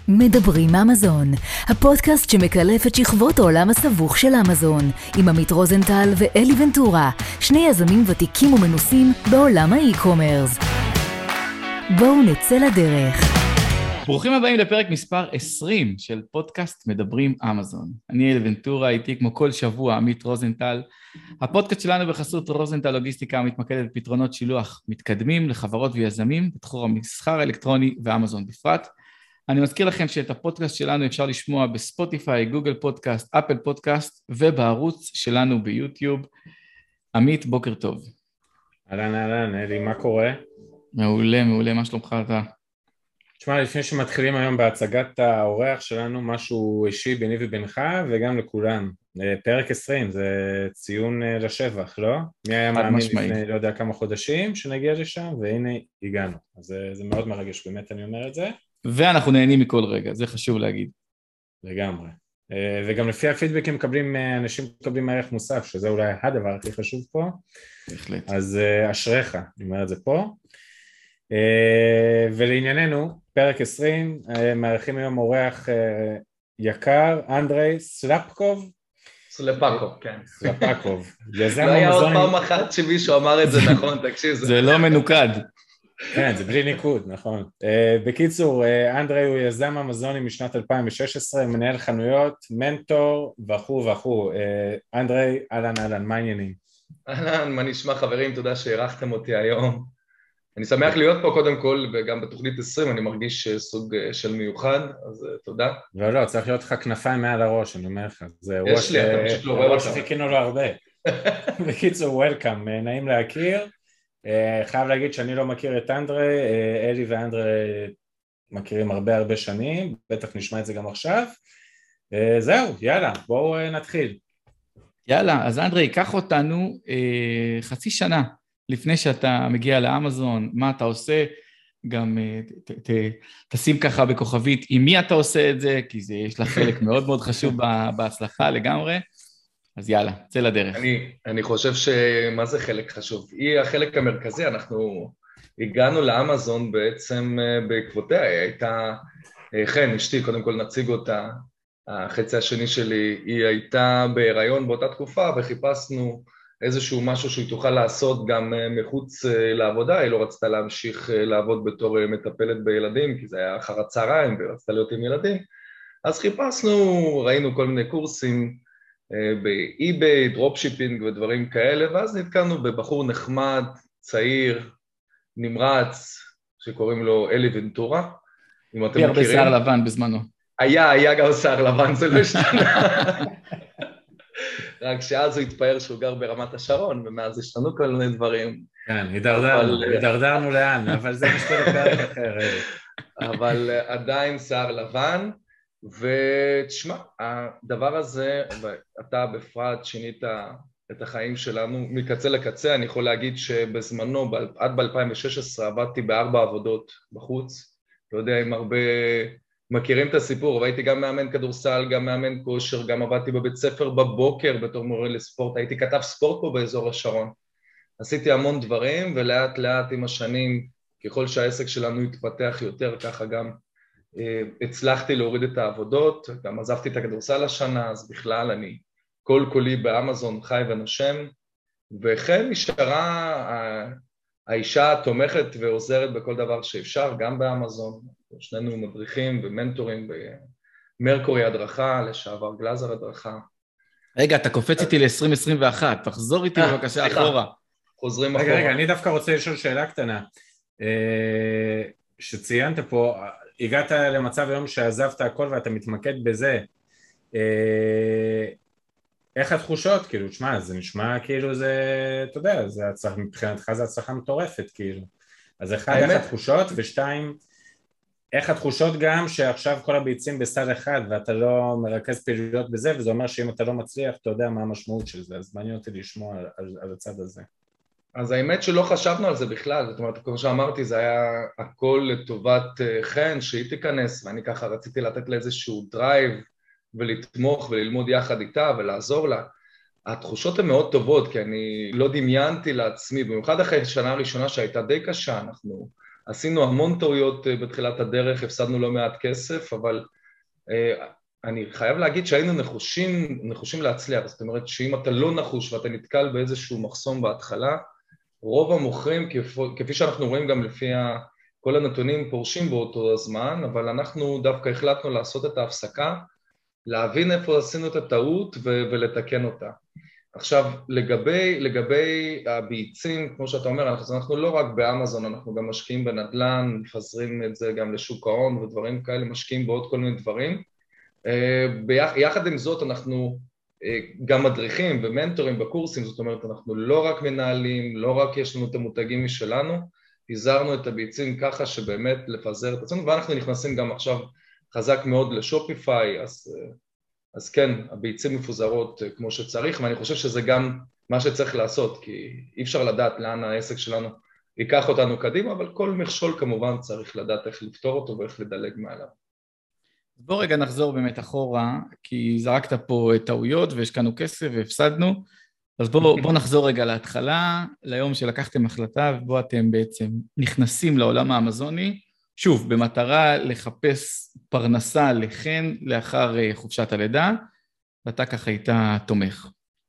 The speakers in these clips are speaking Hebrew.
מדברים אמזון, הפודקאסט שמקלף את שכבות העולם הסבוך של אמזון, עם עמית רוזנטל ואלי ונטורה, שני יזמים ותיקים ומנוסים בעולם האי-קומרס. בואו נצא לדרך. ברוכים הבאים לפרק מספר 20 של פודקאסט מדברים אמזון. אני אלי ונטורה, איתי כמו כל שבוע עמית רוזנטל. הפודקאסט שלנו בחסות רוזנטל לוגיסטיקה מתמקדת בפתרונות שילוח מתקדמים לחברות ויזמים בתחום המסחר האלקטרוני ואמזון בפרט. אני מזכיר לכם שאת הפודקאסט שלנו אפשר לשמוע בספוטיפיי, גוגל פודקאסט, אפל פודקאסט ובערוץ שלנו ביוטיוב. עמית, בוקר טוב. אהלן, אלי, מה קורה? מעולה, מה שלומך אתה? תשמע, לפני שמתחילים היום בהצגת האורח שלנו, משהו אישי ביני ובינך וגם לכולם. פרק 20, זה ציון לשבח, לא? מי היה מאמין לפני לא יודע כמה חודשים שנגיע לשם, והנה הגענו. אז זה מאוד מרגש, באמת אני אומר את זה. ואנחנו נהנים מכל רגע, זה חשוב להגיד. לגמרי. וגם לפי הפידבקים אנשים מקבלים ערך מוסף, שזה אולי הדבר הכי חשוב פה. בהחלט. אז אשריך, אני אומר את זה פה. ולענייננו, פרק 20, מארחים היום אורח יקר, אנדרי סלפקוב. סלפקוב, כן. סלפקוב. לא היה עוד פעם אחת שמישהו אמר את זה נכון, תקשיב. זה לא מנוקד. כן, זה בלי ניקוד, נכון. בקיצור, אנדרי הוא יזם אמזוני משנת 2016, מנהל חנויות, מנטור וכו'. אנדרי, אהלן, מה העניינים? אהלן, מה נשמע חברים, תודה שהערכתם אותי היום. אני שמח להיות פה קודם כל, וגם בתוכנית 20 אני מרגיש סוג של מיוחד, אז תודה. לא, צריך להיות לך כנפיים מעל הראש, אני אומר לך. יש לי, אתה פשוט לא רואה אותם. שחיכינו לו הרבה. בקיצור, וולקאם, נעים להכיר. חייב להגיד שאני לא מכיר את אנדרי, אלי ואנדרי מכירים הרבה שנים, בטח נשמע את זה גם עכשיו. זהו, יאללה, בואו נתחיל. יאללה, אז אנדרי, קח אותנו חצי שנה לפני שאתה מגיע לאמזון, מה אתה עושה, גם תשים ככה בכוכבית עם מי אתה עושה את זה, כי יש לך חלק מאוד מאוד חשוב בהצלחה לגמרי. אז יאללה, צא לדרך. אני חושב שמה זה חלק חשוב? היא החלק המרכזי, אנחנו הגענו לאמזון בעצם בעקבותיה, היא הייתה, כן, אשתי, קודם כל נציג אותה, החצי השני שלי, היא הייתה בהיריון באותה תקופה, וחיפשנו איזשהו משהו שהיא תוכל לעשות גם מחוץ לעבודה, היא לא רצתה להמשיך לעבוד בתור מטפלת בילדים, כי זה היה אחר הצהריים, ורצתה להיות עם ילדים, אז חיפשנו, ראינו כל מיני קורסים, באי-ביי, דרופשיפינג ודברים כאלה, ואז נתקענו בבחור נחמד, צעיר, נמרץ, שקוראים לו אלי ונטורה, אם אתם מכירים. הרבה שיער לבן בזמנו. היה גם שיער לבן, זה לא השתנה. רק שאז הוא התפאר שהוא גר ברמת השרון, ומאז השתנו כל מיני דברים. כן, הידרדרנו לאן, אבל זה משתנה פרק אחר. אבל עדיין שיער לבן, ותשמע, הדבר הזה, אתה בפרט שינית את החיים שלנו מקצה לקצה, אני יכול להגיד שבזמנו, עד ב-2016, עבדתי ב4 עבודות בחוץ, לא יודע אם הרבה מכירים את הסיפור, אבל הייתי גם מאמן כדורסל, גם מאמן כושר, גם עבדתי בבית ספר בבוקר בתור מורה לספורט, הייתי כתב ספורט פה באזור השרון, עשיתי המון דברים, ולאט לאט עם השנים, ככל שהעסק שלנו התפתח יותר, ככה גם הצלחתי להוריד את העבודות, גם עזבתי את הכדורסל השנה, אז בכלל אני כל כולי באמזון חי ונושם, וכן נשארה האישה התומכת ועוזרת בכל דבר שאפשר, גם באמזון, שנינו מדריכים ומנטורים במרקורי הדרכה, לשעבר גלזר הדרכה. רגע, אתה קופץ איתי ל-2021, תחזור איתי בבקשה אחורה. חוזרים אחורה. רגע, אני דווקא רוצה לשאול שאלה קטנה, שציינת פה, הגעת למצב היום שעזבת הכל ואתה מתמקד בזה, איך התחושות? כאילו, תשמע, זה נשמע כאילו זה, אתה יודע, מבחינתך זה הצלחה מטורפת, כאילו. אז אחד, איך התחושות, ושתיים, איך התחושות גם שעכשיו כל הביצים בסל אחד ואתה לא מרכז פעילויות בזה, וזה אומר שאם אתה לא מצליח, אתה יודע מה המשמעות של זה, אז מעניין אותי לשמוע על הצד הזה. אז האמת שלא חשבנו על זה בכלל, זאת אומרת, כמו שאמרתי, זה היה הכל לטובת חן, שהיא תיכנס, ואני ככה רציתי לתת לה איזשהו דרייב, ולתמוך וללמוד יחד איתה ולעזור לה. התחושות הן מאוד טובות, כי אני לא דמיינתי לעצמי, במיוחד אחרי שנה הראשונה שהייתה די קשה, אנחנו עשינו המון טעויות בתחילת הדרך, הפסדנו לא מעט כסף, אבל אני חייב להגיד שהיינו נחושים להצליח, זאת אומרת שאם אתה לא נחוש ואתה נתקל באיזשהו מחסום בהתחלה, רוב המוכרים, כפי שאנחנו רואים גם לפי כל הנתונים פורשים באותו הזמן, אבל אנחנו דווקא החלטנו לעשות את ההפסקה, להבין איפה עשינו את הטעות ולתקן אותה. עכשיו, לגבי הביצים, כמו שאתה אומר, אנחנו לא רק באמזון, אנחנו גם משקיעים בנדל"ן, מפזרים את זה גם לשוק ההון ודברים כאלה, משקיעים בעוד כל מיני דברים. יחד עם זאת, אנחנו גם מדריכים ומנטורים בקורסים, זאת אומרת, אנחנו לא רק מנהלים, לא רק יש לנו את המותגים משלנו, פיזרנו את הביצים ככה שבאמת לפזר את עצמנו, ואנחנו נכנסים גם עכשיו חזק מאוד לשופיפיי, אז כן, הביצים מפוזרות כמו שצריך, ואני חושב שזה גם מה שצריך לעשות, כי אי אפשר לדעת לאן העסק שלנו ייקח אותנו קדימה, אבל כל מכשול כמובן צריך לדעת איך לפתור אותו ואיך לדלג מעליו. בוא רגע נחזור באמת אחורה, כי זרקת פה טעויות והשקענו כסף והפסדנו, אז בוא נחזור רגע להתחלה, ליום שלקחתם החלטה ובו אתם בעצם נכנסים לעולם האמזוני, שוב, במטרה לחפש פרנסה לכן לאחר חופשת הלידה, ואתה ככה היית תומך.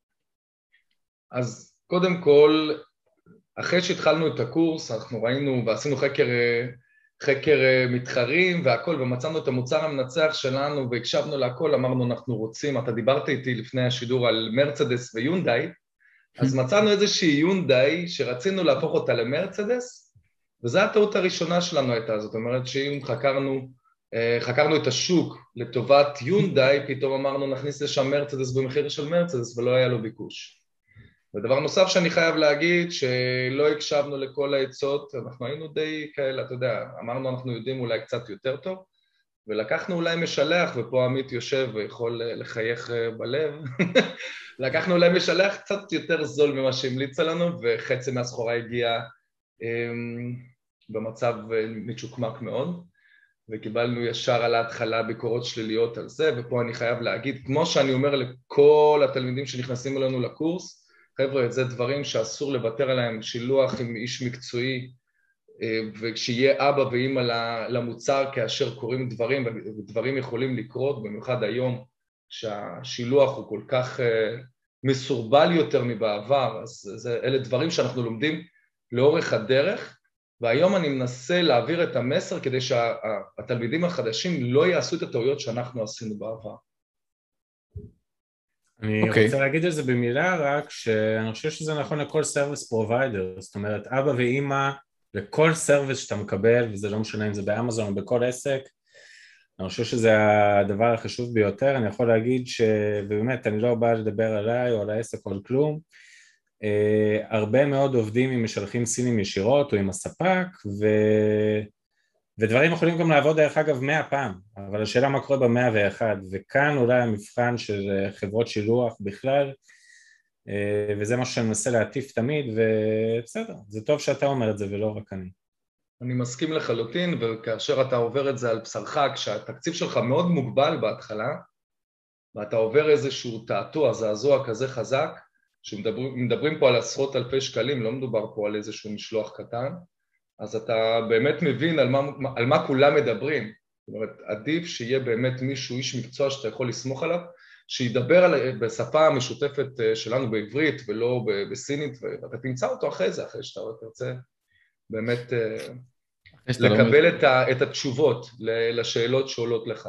אז קודם כל, אחרי שהתחלנו את הקורס, אנחנו ראינו ועשינו חקר מתחרים והכל, ומצאנו את המוצר המנצח שלנו והקשבנו להכל, אמרנו אנחנו רוצים, אתה דיברת איתי לפני השידור על מרצדס ויונדאי, אז מצאנו איזושהי יונדאי שרצינו להפוך אותה למרצדס, וזו הטעות הראשונה שלנו הייתה, זאת אומרת שאם חקרנו את השוק לטובת יונדאי, פתאום אמרנו נכניס לשם מרצדס במחיר של מרצדס ולא היה לו ביקוש. ודבר נוסף שאני חייב להגיד, שלא הקשבנו לכל העצות, אנחנו היינו די כאלה, אתה יודע, אמרנו אנחנו יודעים אולי קצת יותר טוב, ולקחנו אולי משלח, ופה עמית יושב ויכול לחייך בלב, לקחנו אולי משלח קצת יותר זול ממה שהמליצה לנו, וחצי מהסחורה הגיעה במצב מצ'וקמק מאוד, וקיבלנו ישר על ההתחלה ביקורות שליליות על זה, ופה אני חייב להגיד, כמו שאני אומר לכל התלמידים שנכנסים אלינו לקורס, חבר'ה, זה דברים שאסור לוותר עליהם, שילוח עם איש מקצועי, וכשיהיה אבא ואמא למוצר כאשר קוראים דברים, ודברים יכולים לקרות, במיוחד היום שהשילוח הוא כל כך מסורבל יותר מבעבר, אז אלה דברים שאנחנו לומדים לאורך הדרך, והיום אני מנסה להעביר את המסר כדי שהתלמידים החדשים לא יעשו את הטעויות שאנחנו עשינו בעבר. אני רוצה להגיד את זה במילה רק, שאני חושב שזה נכון לכל סרוויס פרוביידר, זאת אומרת, אבא ואמא, לכל סרוויס שאתה מקבל, וזה לא משנה אם זה באמזון או בכל עסק, אני חושב שזה הדבר החשוב ביותר. אני יכול להגיד ובאמת, אני לא בא לדבר עליי או על העסק או על כלום, הרבה מאוד עובדים עם משלחים סינים ישירות או עם הספק, ודברים יכולים גם לעבוד דרך אגב 100 פעם, אבל השאלה מה קורה ב101, וכאן אולי המבחן של חברות שילוח בכלל, וזה משהו שאני מנסה להטיף תמיד, ובסדר, זה טוב שאתה אומר את זה ולא רק אני. אני מסכים לחלוטין, וכאשר אתה עובר את זה על בשרך, כשהתקציב שלך מאוד מוגבל בהתחלה, ואתה עובר איזשהו תעתוע, זעזוע כזה חזק, שמדברים פה על עשרות אלפי שקלים, לא מדובר פה על איזשהו משלוח קטן, אז אתה באמת מבין על מה כולם מדברים. זאת אומרת, עדיף שיהיה באמת מישהו, איש מקצוע שאתה יכול לסמוך עליו, שידבר בשפה המשותפת שלנו בעברית ולא בסינית, ואתה תמצא אותו אחרי זה, אחרי שאתה תרצה באמת לקבל את התשובות לשאלות שעולות לך.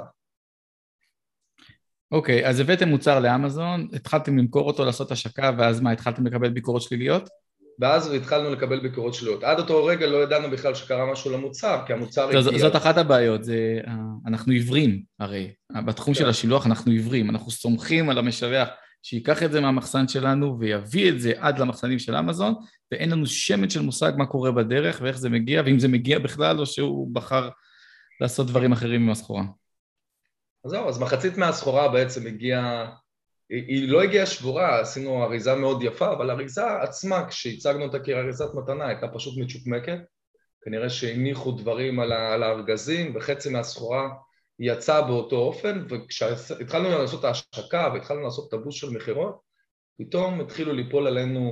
אוקיי, אז הבאתם מוצר לאמזון, התחלתם למכור אותו, לעשות השקה, ואז מה, התחלתם לקבל ביקורות שליליות? ואז התחלנו לקבל ביקורות שליליות. עד אותו רגע לא ידענו בכלל שקרה משהו למוצר, כי המוצר הגיע... זאת אחת הבעיות, אנחנו עיוורים, הרי. בתחום של השילוח אנחנו עיוורים, אנחנו סומכים על המשלח שיקח את זה מהמחסן שלנו ויביא את זה עד למחסנים של אמזון, ואין לנו שמץ של מושג מה קורה בדרך ואיך זה מגיע, ואם זה מגיע בכלל או שהוא בחר לעשות דברים אחרים עם הסחורה. אז זהו, אז מחצית מהסחורה בעצם הגיעה, היא לא הגיעה שבורה, עשינו אריזה מאוד יפה, אבל האריזה עצמה, כשהצגנו אותה כאריזת מתנה, הייתה פשוט מצ'וקמקת, כנראה שהניחו דברים על הארגזים, וחצי מהסחורה יצא באותו אופן, וכשהתחלנו לעשות ההשקה, והתחלנו לעשות טבוס של מחירות, פתאום התחילו ליפול עלינו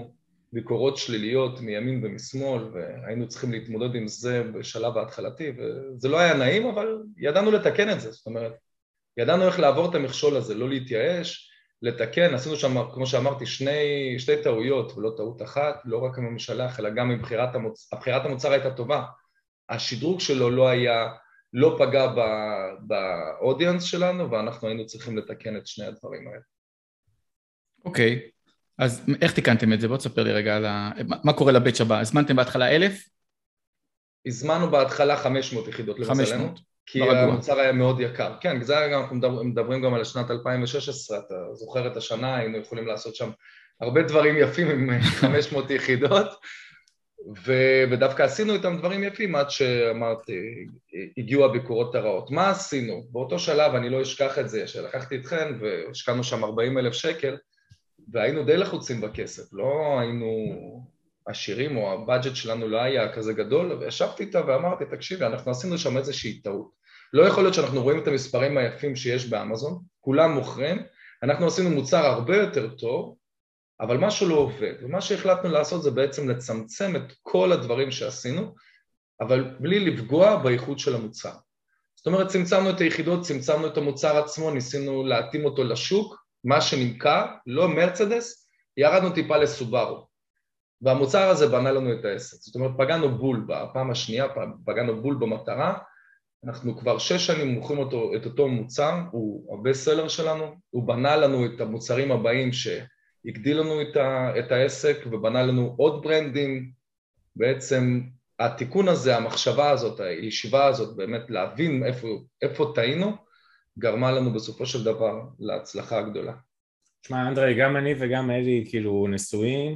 ביקורות שליליות מימין ומשמאל, והיינו צריכים להתמודד עם זה בשלב ההתחלתי, וזה לא היה נעים, אבל ידענו לתקן את זה, זאת אומרת, ידענו איך לעבור את המכשול הזה, לא להתייאש, לתקן, עשינו שם, כמו שאמרתי, שתי טעויות, ולא טעות אחת, לא רק הממשלה, אלא גם מבחירת המוצר הייתה טובה, השדרוג שלו לא פגע באודיאנס שלנו, ואנחנו היינו צריכים לתקן את שני הדברים האלה. אוקיי, אז איך תיקנתם את זה? בוא תספר לי רגע מה קורה לבית הבא. הזמנתם בהתחלה 1,000? הזמנו בהתחלה 500 יחידות למזלנו, כי המוצר היה מאוד יקר. כן, זה היה גם, אנחנו מדברים גם על שנת 2016, אתה זוכר את השנה, היינו יכולים לעשות שם הרבה דברים יפים עם 500 יחידות, ודווקא עשינו איתם דברים יפים עד שאמרתי, הגיעו הביקורות הרעות. מה עשינו? באותו שלב, אני לא אשכח את זה, שלקחתי אתכם והשקענו שם 40,000 שקל, והיינו די לחוצים בכסף, לא היינו עשירים, או הבאג'ט שלנו לא היה כזה גדול, וישבתי איתה ואמרתי, תקשיבי, אנחנו עשינו שם איזושהי טעות. לא יכול להיות שאנחנו רואים את המספרים היפים שיש באמזון, כולם מוכרים, אנחנו עשינו מוצר הרבה יותר טוב, אבל משהו לא עובד, ומה שהחלטנו לעשות זה בעצם לצמצם את כל הדברים שעשינו, אבל בלי לפגוע באיכות של המוצר. זאת אומרת, צמצמנו את היחידות, צמצמנו את המוצר עצמו, ניסינו להתאים אותו לשוק, מה שנמכר, לא מרצדס, ירדנו טיפה לסובארו. והמוצר הזה בנה לנו את העסק. זאת אומרת, פגענו בול בפעם השנייה, פגענו בול במטרה, אנחנו כבר 6 שנים מוכרים את אותו מוצר, הוא הבסט-סלר שלנו, הוא בנה לנו את המוצרים הבאים שהגדיל לנו את העסק, ובנה לנו עוד ברנדים. בעצם התיקון הזה, המחשבה הזאת, הישיבה הזאת, באמת להבין איפה טעינו, גרמה לנו בסופו של דבר להצלחה הגדולה. תשמע, אנדרי, גם אני וגם אלי כאילו נשואים.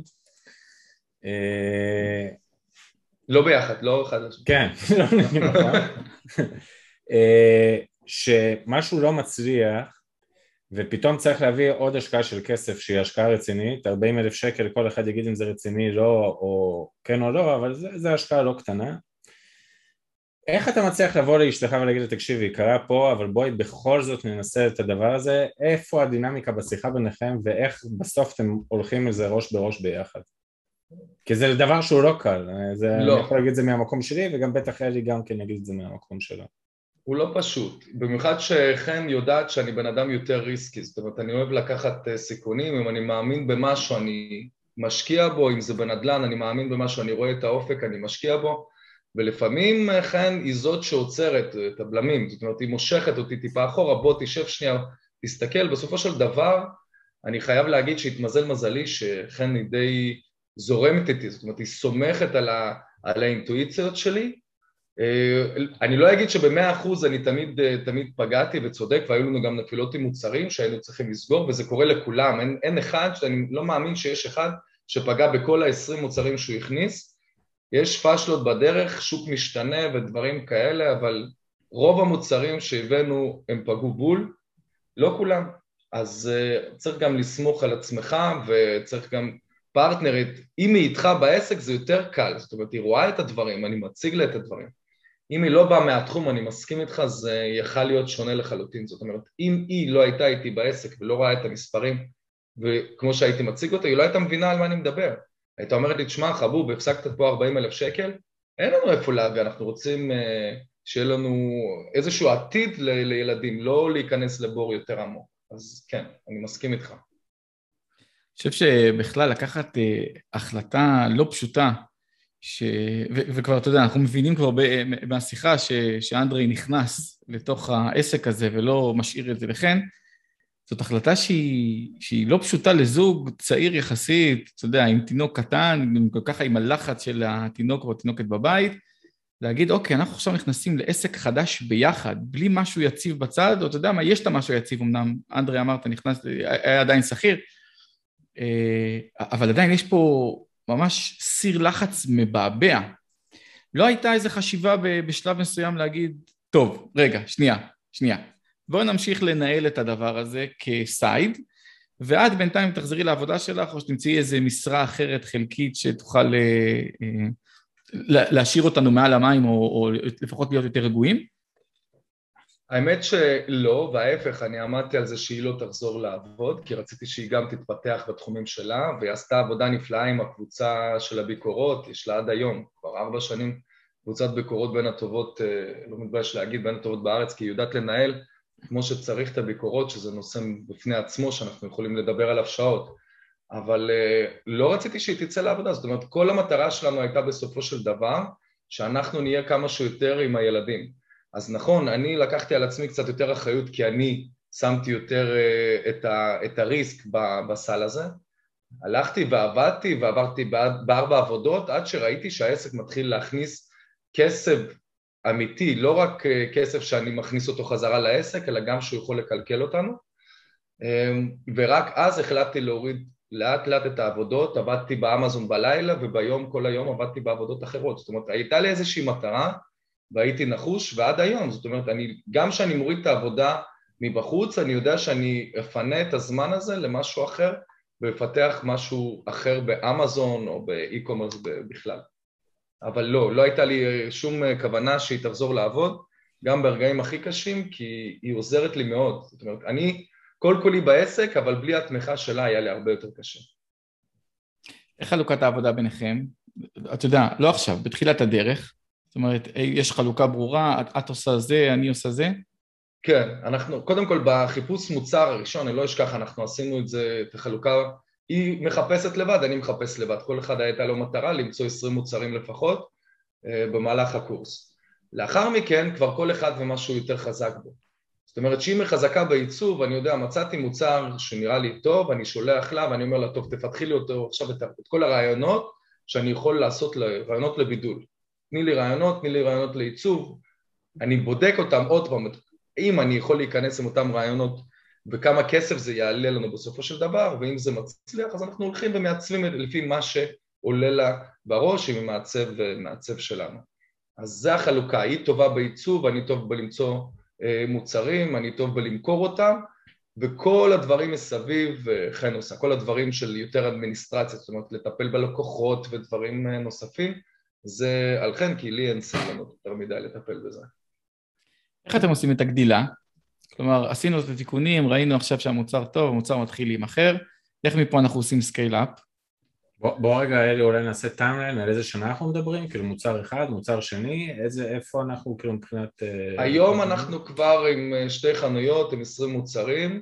לא ביחד, לא אחד לשני. כן, לא נכון. שמשהו לא מצליח, ופתאום צריך להביא עוד השקעה של כסף שהיא השקעה רצינית, 40,000 שקל, כל אחד יגיד אם זה רציני, לא, או כן או לא, אבל זה השקעה לא קטנה. איך אתה מצליח לבוא לאשתך ולהגיד לה, תקשיבי, קרה פה, אבל בואי בכל זאת ננסה את הדבר הזה, איפה הדינמיקה בשיחה ביניכם, ואיך בסוף אתם הולכים לזה ראש בראש ביחד? כי זה דבר שהוא לא קל, לא. אני יכול להגיד את זה מהמקום שלי, וגם בטח אלי גם כן יגיד את זה מהמקום שלו. הוא לא פשוט, במיוחד שכן יודעת שאני בן אדם יותר ריסקי, זאת אומרת, אני אוהב לקחת סיכונים, אם אני מאמין במשהו, אני משקיע בו, אם זה בנדלן, אני מאמין במשהו, אני רואה את האופק, אני משקיע בו, ולפעמים כן היא זאת שעוצרת את הבלמים, זאת אומרת, היא מושכת אותי טיפה אחורה, בוא תשב שנייה, תסתכל, בסופו של דבר, אני חייב להגיד שהתמזל מזלי, שכן היא די זורמת איתי, זאת אומרת, היא סומכת על האינטואיציות שלי, אני לא אגיד שב100% אני תמיד פגעתי וצודק, והיו לנו גם נפילות עם מוצרים שהיינו צריכים לסגור, וזה קורה לכולם, אין אחד, שאני לא מאמין שיש אחד שפגע בכל ה-20 מוצרים שהוא הכניס, יש פשלות בדרך, שוק משתנה ודברים כאלה, אבל רוב המוצרים שהבאנו הם פגעו בול, לא כולם, אז צריך גם לסמוך על עצמך, וצריך גם פרטנרית, אם היא איתך בעסק זה יותר קל, זאת אומרת היא רואה את הדברים, אני מציג לה את הדברים, אם היא לא באה מהתחום, אני מסכים איתך, זה יכל להיות שונה לחלוטין, זאת אומרת, אם היא לא הייתה איתי בעסק ולא רואה את המספרים, וכמו שהייתי מציג אותה, היא לא הייתה מבינה על מה אני מדבר, הייתה אומרת לי, תשמע חבוב, הפסקת פה 40,000 שקל, אין לנו איפה להביא, אנחנו רוצים שיהיה לנו איזשהו עתיד לילדים, לא להיכנס לבור יותר עמוק, אז כן, אני מסכים איתך. אני חושב שבכלל לקחת החלטה לא פשוטה, וכבר אתה יודע, אנחנו מבינים כבר מהשיחה שאנדרי נכנס לתוך העסק הזה ולא משאיר את זה לכן, זאת החלטה שהיא לא פשוטה לזוג צעיר יחסית, אתה יודע, עם תינוק קטן, ככה עם הלחץ של התינוק או התינוקת בבית, להגיד, אוקיי, אנחנו עכשיו נכנסים לעסק חדש ביחד, בלי משהו יציב בצד, או אתה יודע מה, יש את המשהו יציב, אמנם אנדרי אמרת, נכנס, היה עדיין שכיר, אבל עדיין יש פה ממש סיר לחץ מבעבע. לא הייתה איזו חשיבה בשלב מסוים להגיד, טוב, רגע, שנייה, בואו נמשיך לנהל את הדבר הזה כסייד, ועד בינתיים תחזרי לעבודה שלך, או שתמצאי איזו משרה אחרת חלקית שתוכל להשאיר אותנו מעל המים, או לפחות להיות יותר רגועים. האמת שלא, וההפך, אני עמדתי על זה שהיא לא תחזור לעבוד, כי רציתי שהיא גם תתפתח בתחומים שלה, והיא עשתה עבודה נפלאה עם הקבוצה של הביקורות, יש לה עד היום, כבר 4 שנים, קבוצת ביקורות בין הטובות, לא מתבייש להגיד בין הטובות בארץ, כי היא יודעת לנהל כמו שצריך את הביקורות, שזה נושא בפני עצמו שאנחנו יכולים לדבר עליו שעות, אבל לא רציתי שהיא תצא לעבודה, זאת אומרת, כל המטרה שלנו הייתה בסופו של דבר, שאנחנו נהיה כמה שיותר עם הילדים. אז נכון, אני לקחתי על עצמי קצת יותר אחריות, כי אני שמתי יותר את הריסק בסל הזה. הלכתי ועבדתי ועברתי ב4 עבודות, עד שראיתי שהעסק מתחיל להכניס כסף אמיתי, לא רק כסף שאני מכניס אותו חזרה לעסק, אלא גם שהוא יכול לקלקל אותנו. ורק אז החלטתי להוריד לאט לאט את העבודות, עבדתי באמזון בלילה, וביום כל היום עבדתי בעבודות אחרות. זאת אומרת, הייתה לי איזושהי מטרה, והייתי נחוש, ועד היום, זאת אומרת, גם שאני מוריד את העבודה מבחוץ, אני יודע שאני אפנה את הזמן הזה למשהו אחר, ולפתח משהו אחר באמזון או באי-קומרס בכלל. אבל לא הייתה לי שום כוונה שהיא תחזור לעבוד, גם ברגעים הכי קשים, כי היא עוזרת לי מאוד. זאת אומרת, אני כל כולי בעסק, אבל בלי התמיכה שלה היה לי הרבה יותר קשה. איך חלוקת העבודה ביניכם? אתה יודע, לא עכשיו, בתחילת הדרך, זאת אומרת, יש חלוקה ברורה, את עושה זה, אני עושה זה? כן, אנחנו, קודם כל בחיפוש מוצר הראשון, אני לא אשכח, אנחנו עשינו את זה, את החלוקה, היא מחפשת לבד, אני מחפש לבד, כל אחד הייתה לו מטרה למצוא 20 מוצרים לפחות במהלך הקורס. לאחר מכן כבר כל אחד ומשהו יותר חזק בו. זאת אומרת שאם היא חזקה בעיצוב, אני יודע, מצאתי מוצר שנראה לי טוב, אני שולח לה ואני אומר לה, טוב, תפתחי לי אותו עכשיו את כל הרעיונות שאני יכול לעשות רעיונות לבידול. תני לי רעיונות לעיצוב, אני בודק אותם עוד פעם, אם אני יכול להיכנס עם אותם רעיונות וכמה כסף זה יעלה לנו בסופו של דבר, ואם זה מצליח, אז אנחנו הולכים ומעצבים לפי מה שעולה לה בראש, עם מעצב שלנו. אז זה החלוקה, היא טובה בעיצוב, אני טוב בלמצוא מוצרים, אני טוב בלמכור אותם, וכל הדברים מסביב, חן עושה, כל הדברים של יותר אדמיניסטרציה, זאת אומרת, לטפל בלקוחות ודברים נוספים, זה על חן, כי לי אין סבלנות יותר מדי לטפל בזה. איך אתם עושים את הגדילה? כלומר, עשינו את התיקונים, ראינו עכשיו שהמוצר טוב, המוצר מתחיל להימכר, איך מפה אנחנו עושים סקייל-אפ? בוא רגע, אלי, אולי נעשה טיימליין, על איזה שנה אנחנו מדברים? כאילו מוצר אחד, מוצר שני, איפה אנחנו כאילו מבחינת... היום אנחנו כבר עם 2 חנויות, עם 20 מוצרים.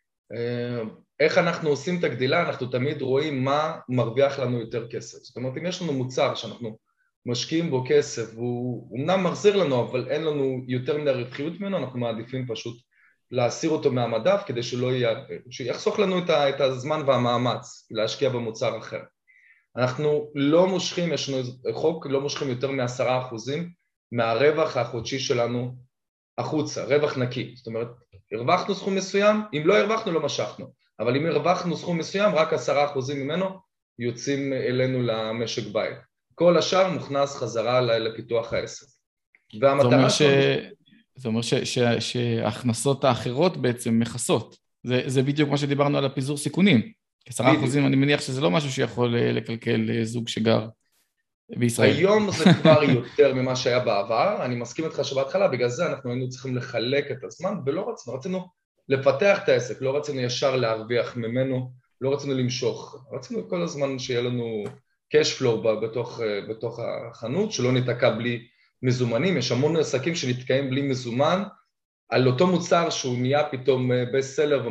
איך אנחנו עושים את הגדילה? אנחנו תמיד רואים מה מרוויח לנו יותר כסף. זאת אומרת, אם יש לנו מוצר שאנחנו משקיעים בו כסף, והוא אמנם מחזיר לנו, אבל אין לנו יותר מדי רווחיות ממנו, אנחנו מעדיפים פשוט להסיר אותו מהמדף, כדי שיחסוך לנו את הזמן והמאמץ להשקיע במוצר אחר. אנחנו לא מושכים, יש לנו חוק, לא מושכים יותר מ10% מהרווח החודשי שלנו החוצה, רווח נקי. זאת אומרת, הרווחנו סכום מסוים, אם לא הרווחנו לא משכנו, אבל אם הרווחנו סכום מסוים, רק 10% ממנו יוצאים אלינו למשק בית. כל השאר מוכנס חזרה לפיתוח העסק. והמטרה זה אומר שההכנסות האחרות בעצם מכסות. זה בדיוק מה שדיברנו על הפיזור סיכונים. 10% אני מניח שזה לא משהו שיכול לקלקל זוג שגר בישראל. היום זה כבר יותר ממה שהיה בעבר, אני מסכים איתך שבהתחלה, בגלל זה אנחנו היינו צריכים לחלק את הזמן, ולא רצינו לפתח את העסק, לא רצינו ישר להרוויח ממנו, לא רצינו למשוך, רצינו כל הזמן שיהיה לנו cash flow בתוך החנות, שלא נתקע בלי מזומנים, יש המון עסקים שנתקעים בלי מזומן, על אותו מוצר שהוא נהיה פתאום בסט סלר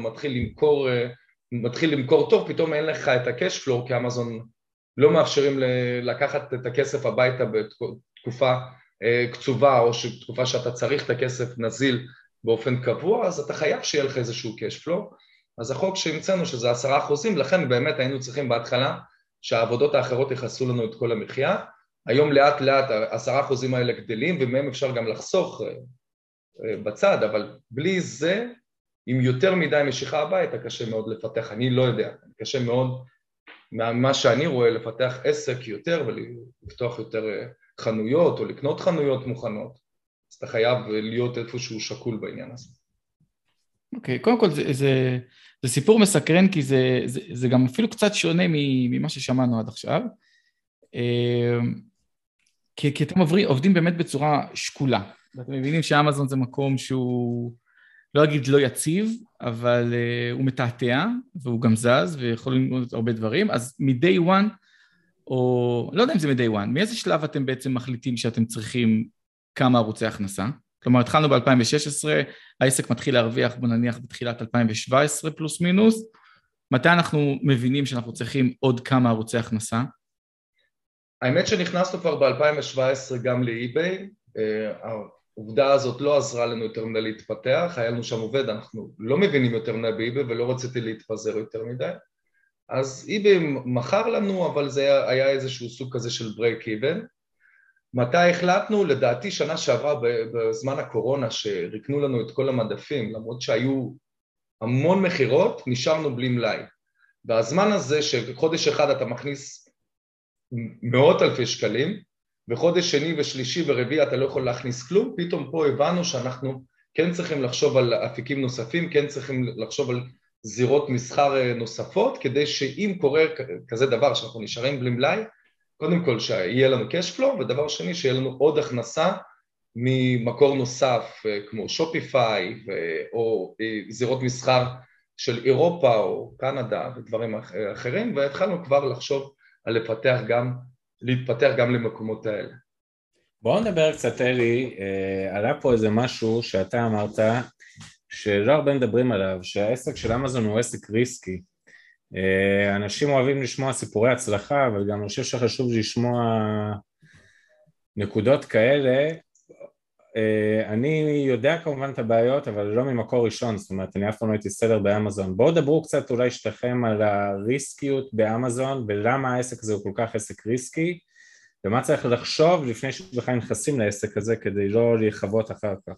ומתחיל למכור טוב, פתאום אין לך את ה-cash flow, כי אמזון לא מאפשרים לקחת את הכסף הביתה בתקופה קצובה, או תקופה שאתה צריך את הכסף נזיל באופן קבוע, אז אתה חייב שיהיה לך איזשהו cash flow. אז החוק שהמצאנו שזה 10%, לכן באמת היינו צריכים בהתחלה שהעבודות האחרות יחסו לנו את כל המחיה. היום לאט לאט 10% האלה גדלים, ומהם אפשר גם לחסוך בצד, אבל בלי זה, עם יותר מדי משיכה הביתה, קשה מאוד לפתח. אני לא יודע, קשה מאוד מה שאני רואה לפתח עסק יותר, ולפתוח יותר חנויות, או לקנות חנויות מוכנות. אז אתה חייב להיות איפשהו שקול בעניין הזה. אוקיי, קודם כל זה סיפור מסקרן, כי זה גם אפילו קצת שונה ממה ששמענו עד עכשיו, כי אתם עובדים באמת בצורה שקולה. ואתם מבינים שאמזון זה מקום שהוא, לא אגיד לא יציב, אבל הוא מתעתע, והוא גם זז, ויכול ללמוד הרבה דברים, אז מ-day one, או לא יודע אם זה מ-day one, מאיזה שלב אתם בעצם מחליטים שאתם צריכים כמה ערוצי הכנסה? כלומר, התחלנו ב-2016, העסק מתחיל להרוויח, בוא נניח בתחילת 2017 פלוס מינוס, מתי אנחנו מבינים שאנחנו צריכים עוד כמה ערוצי הכנסה? האמת שנכנסנו כבר ב-2017 גם לאי-ביי, העובדה הזאת לא עזרה לנו יותר מדי להתפתח, היה לנו שם עובד, אנחנו לא מבינים יותר מדי באי-ביי ולא רציתי להתפזר יותר מדי, אז אי-ביי מכר לנו, אבל זה היה איזשהו סוג כזה של break even. מתי החלטנו? לדעתי שנה שעברה בזמן הקורונה שריקנו לנו את כל המדפים, למרות שהיו המון מחירות, נשארנו בלי מלאי. והזמן הזה שחודש אחד אתה מכניס מאות אלפי שקלים, וחודש שני ושלישי ורביעי אתה לא יכול להכניס כלום, פתאום פה הבנו שאנחנו כן צריכים לחשוב על אפיקים נוספים, כן צריכים לחשוב על זירות מסחר נוספות, כדי שאם קורה כזה דבר שאנחנו נשארים בלי מלאי, קודם כל שיהיה לנו cash flow, ודבר שני שיהיה לנו עוד הכנסה ממקור נוסף כמו שופיפיי או זירות מסחר של אירופה או קנדה ודברים אחרים, והתחלנו כבר לחשוב על להתפתח גם למקומות האלה. בואו נדבר קצת, אלי, עלה פה איזה משהו שאתה אמרת שלא הרבה מדברים עליו, שהעסק של אמזון הוא עסק ריסקי. אנשים אוהבים לשמוע סיפורי הצלחה, אבל גם אני חושב שחשוב לשמוע נקודות כאלה. אני יודע כמובן את הבעיות, אבל לא ממקור ראשון, זאת אומרת, אני אף פעם לא הייתי סדר באמזון. בואו דברו קצת אולי שתכם על הריסקיות באמזון, ולמה העסק הזה הוא כל כך עסק ריסקי, ומה צריך לחשוב לפני שבכלל נכנסים לעסק הזה, כדי לא להיחוות אחר כך.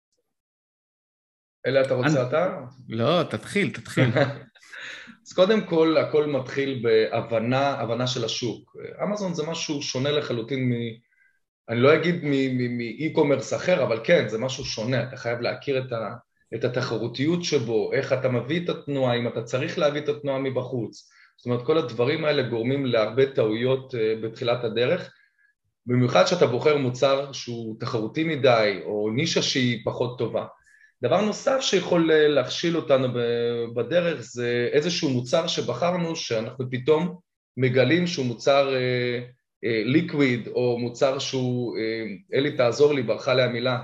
אלה, אתה רוצה אתה? לא, תתחיל. אז קודם כל, הכל מתחיל בהבנה של השוק. אמזון זה משהו שונה לחלוטין אני לא אגיד מאי-קומרס אחר, אבל כן, זה משהו שונה. אתה חייב להכיר את התחרותיות שבו, איך אתה מביא את התנועה, אם אתה צריך להביא את התנועה מבחוץ. זאת אומרת, כל הדברים האלה גורמים להרבה טעויות בתחילת הדרך, במיוחד שאתה בוחר מוצר שהוא תחרותי מדי, או נישה שהיא פחות טובה. דבר נוסף שיכול להכשיל אותנו בדרך זה איזשהו מוצר שבחרנו שאנחנו פתאום מגלים שהוא מוצר ליקוויד או מוצר שהוא, אלי תעזור לי, ברכה לי המילה.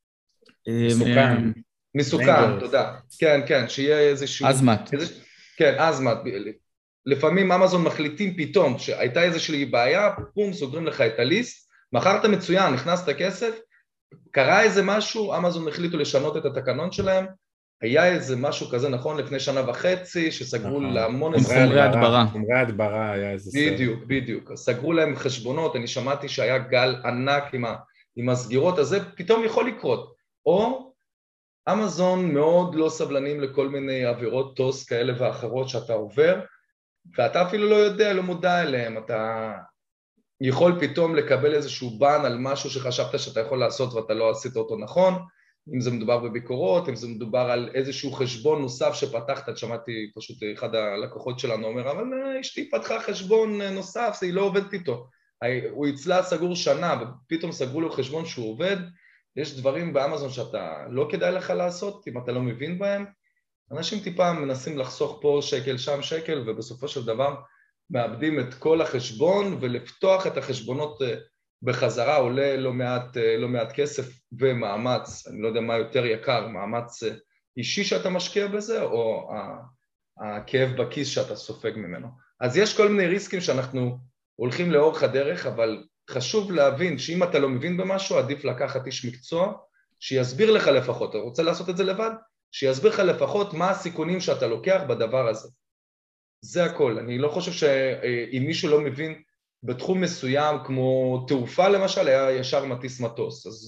מסוכן, תודה. כן, שיהיה איזשהו... אזמת. כן, אזמת. לפעמים אמזון מחליטים פתאום שהייתה איזושהי בעיה, פום, סוגרים לך את הליסט, מכרת מצוין, נכנסת כסף, קרה איזה משהו, אמזון החליטו לשנות את התקנון שלהם, היה איזה משהו כזה נכון לפני שנה וחצי, שסגרו להמון... חומרי הדברה. חומרי הדברה היה איזה... בדיוק. סגרו להם חשבונות, אני שמעתי שהיה גל ענק עם הסגירות, אז זה פתאום יכול לקרות. או אמזון מאוד לא סבלנים לכל מיני עבירות טוס כאלה ואחרות שאתה עובר, ואתה אפילו לא יודע, לא מודע אליהם, אתה... יכול פתאום לקבל איזשהו בן על משהו שחשבת שאתה יכול לעשות ואתה לא עשית אותו נכון, אם זה מדובר בביקורות, אם זה מדובר על איזשהו חשבון נוסף שפתחת, שמעתי פשוט אחד הלקוחות שלנו אומר, אבל אשתי פתחה חשבון נוסף, היא לא עובדת איתו, הוא אצלה סגור שנה ופתאום סגרו לו חשבון שהוא עובד, יש דברים באמזון שאתה לא כדאי לך לעשות אם אתה לא מבין בהם, אנשים טיפה מנסים לחסוך פה שקל שם שקל ובסופו של דבר מאבדים את כל החשבון, ולפתוח את החשבונות בחזרה עולה לא מעט כסף ומאמץ, אני לא יודע מה יותר יקר, מאמץ אישי שאתה משקיע בזה, או הכאב בכיס שאתה סופג ממנו. אז יש כל מיני ריסקים שאנחנו הולכים לאורך הדרך, אבל חשוב להבין שאם אתה לא מבין במשהו, עדיף לקחת איש מקצוע, שיסביר לך לפחות, אתה רוצה לעשות את זה לבד? שיסביר לך לפחות מה הסיכונים שאתה לוקח בדבר הזה. זה הכל, אני לא חושב שאם מישהו לא מבין בתחום מסוים כמו תעופה למשל, היה ישר מטיס מטוס, אז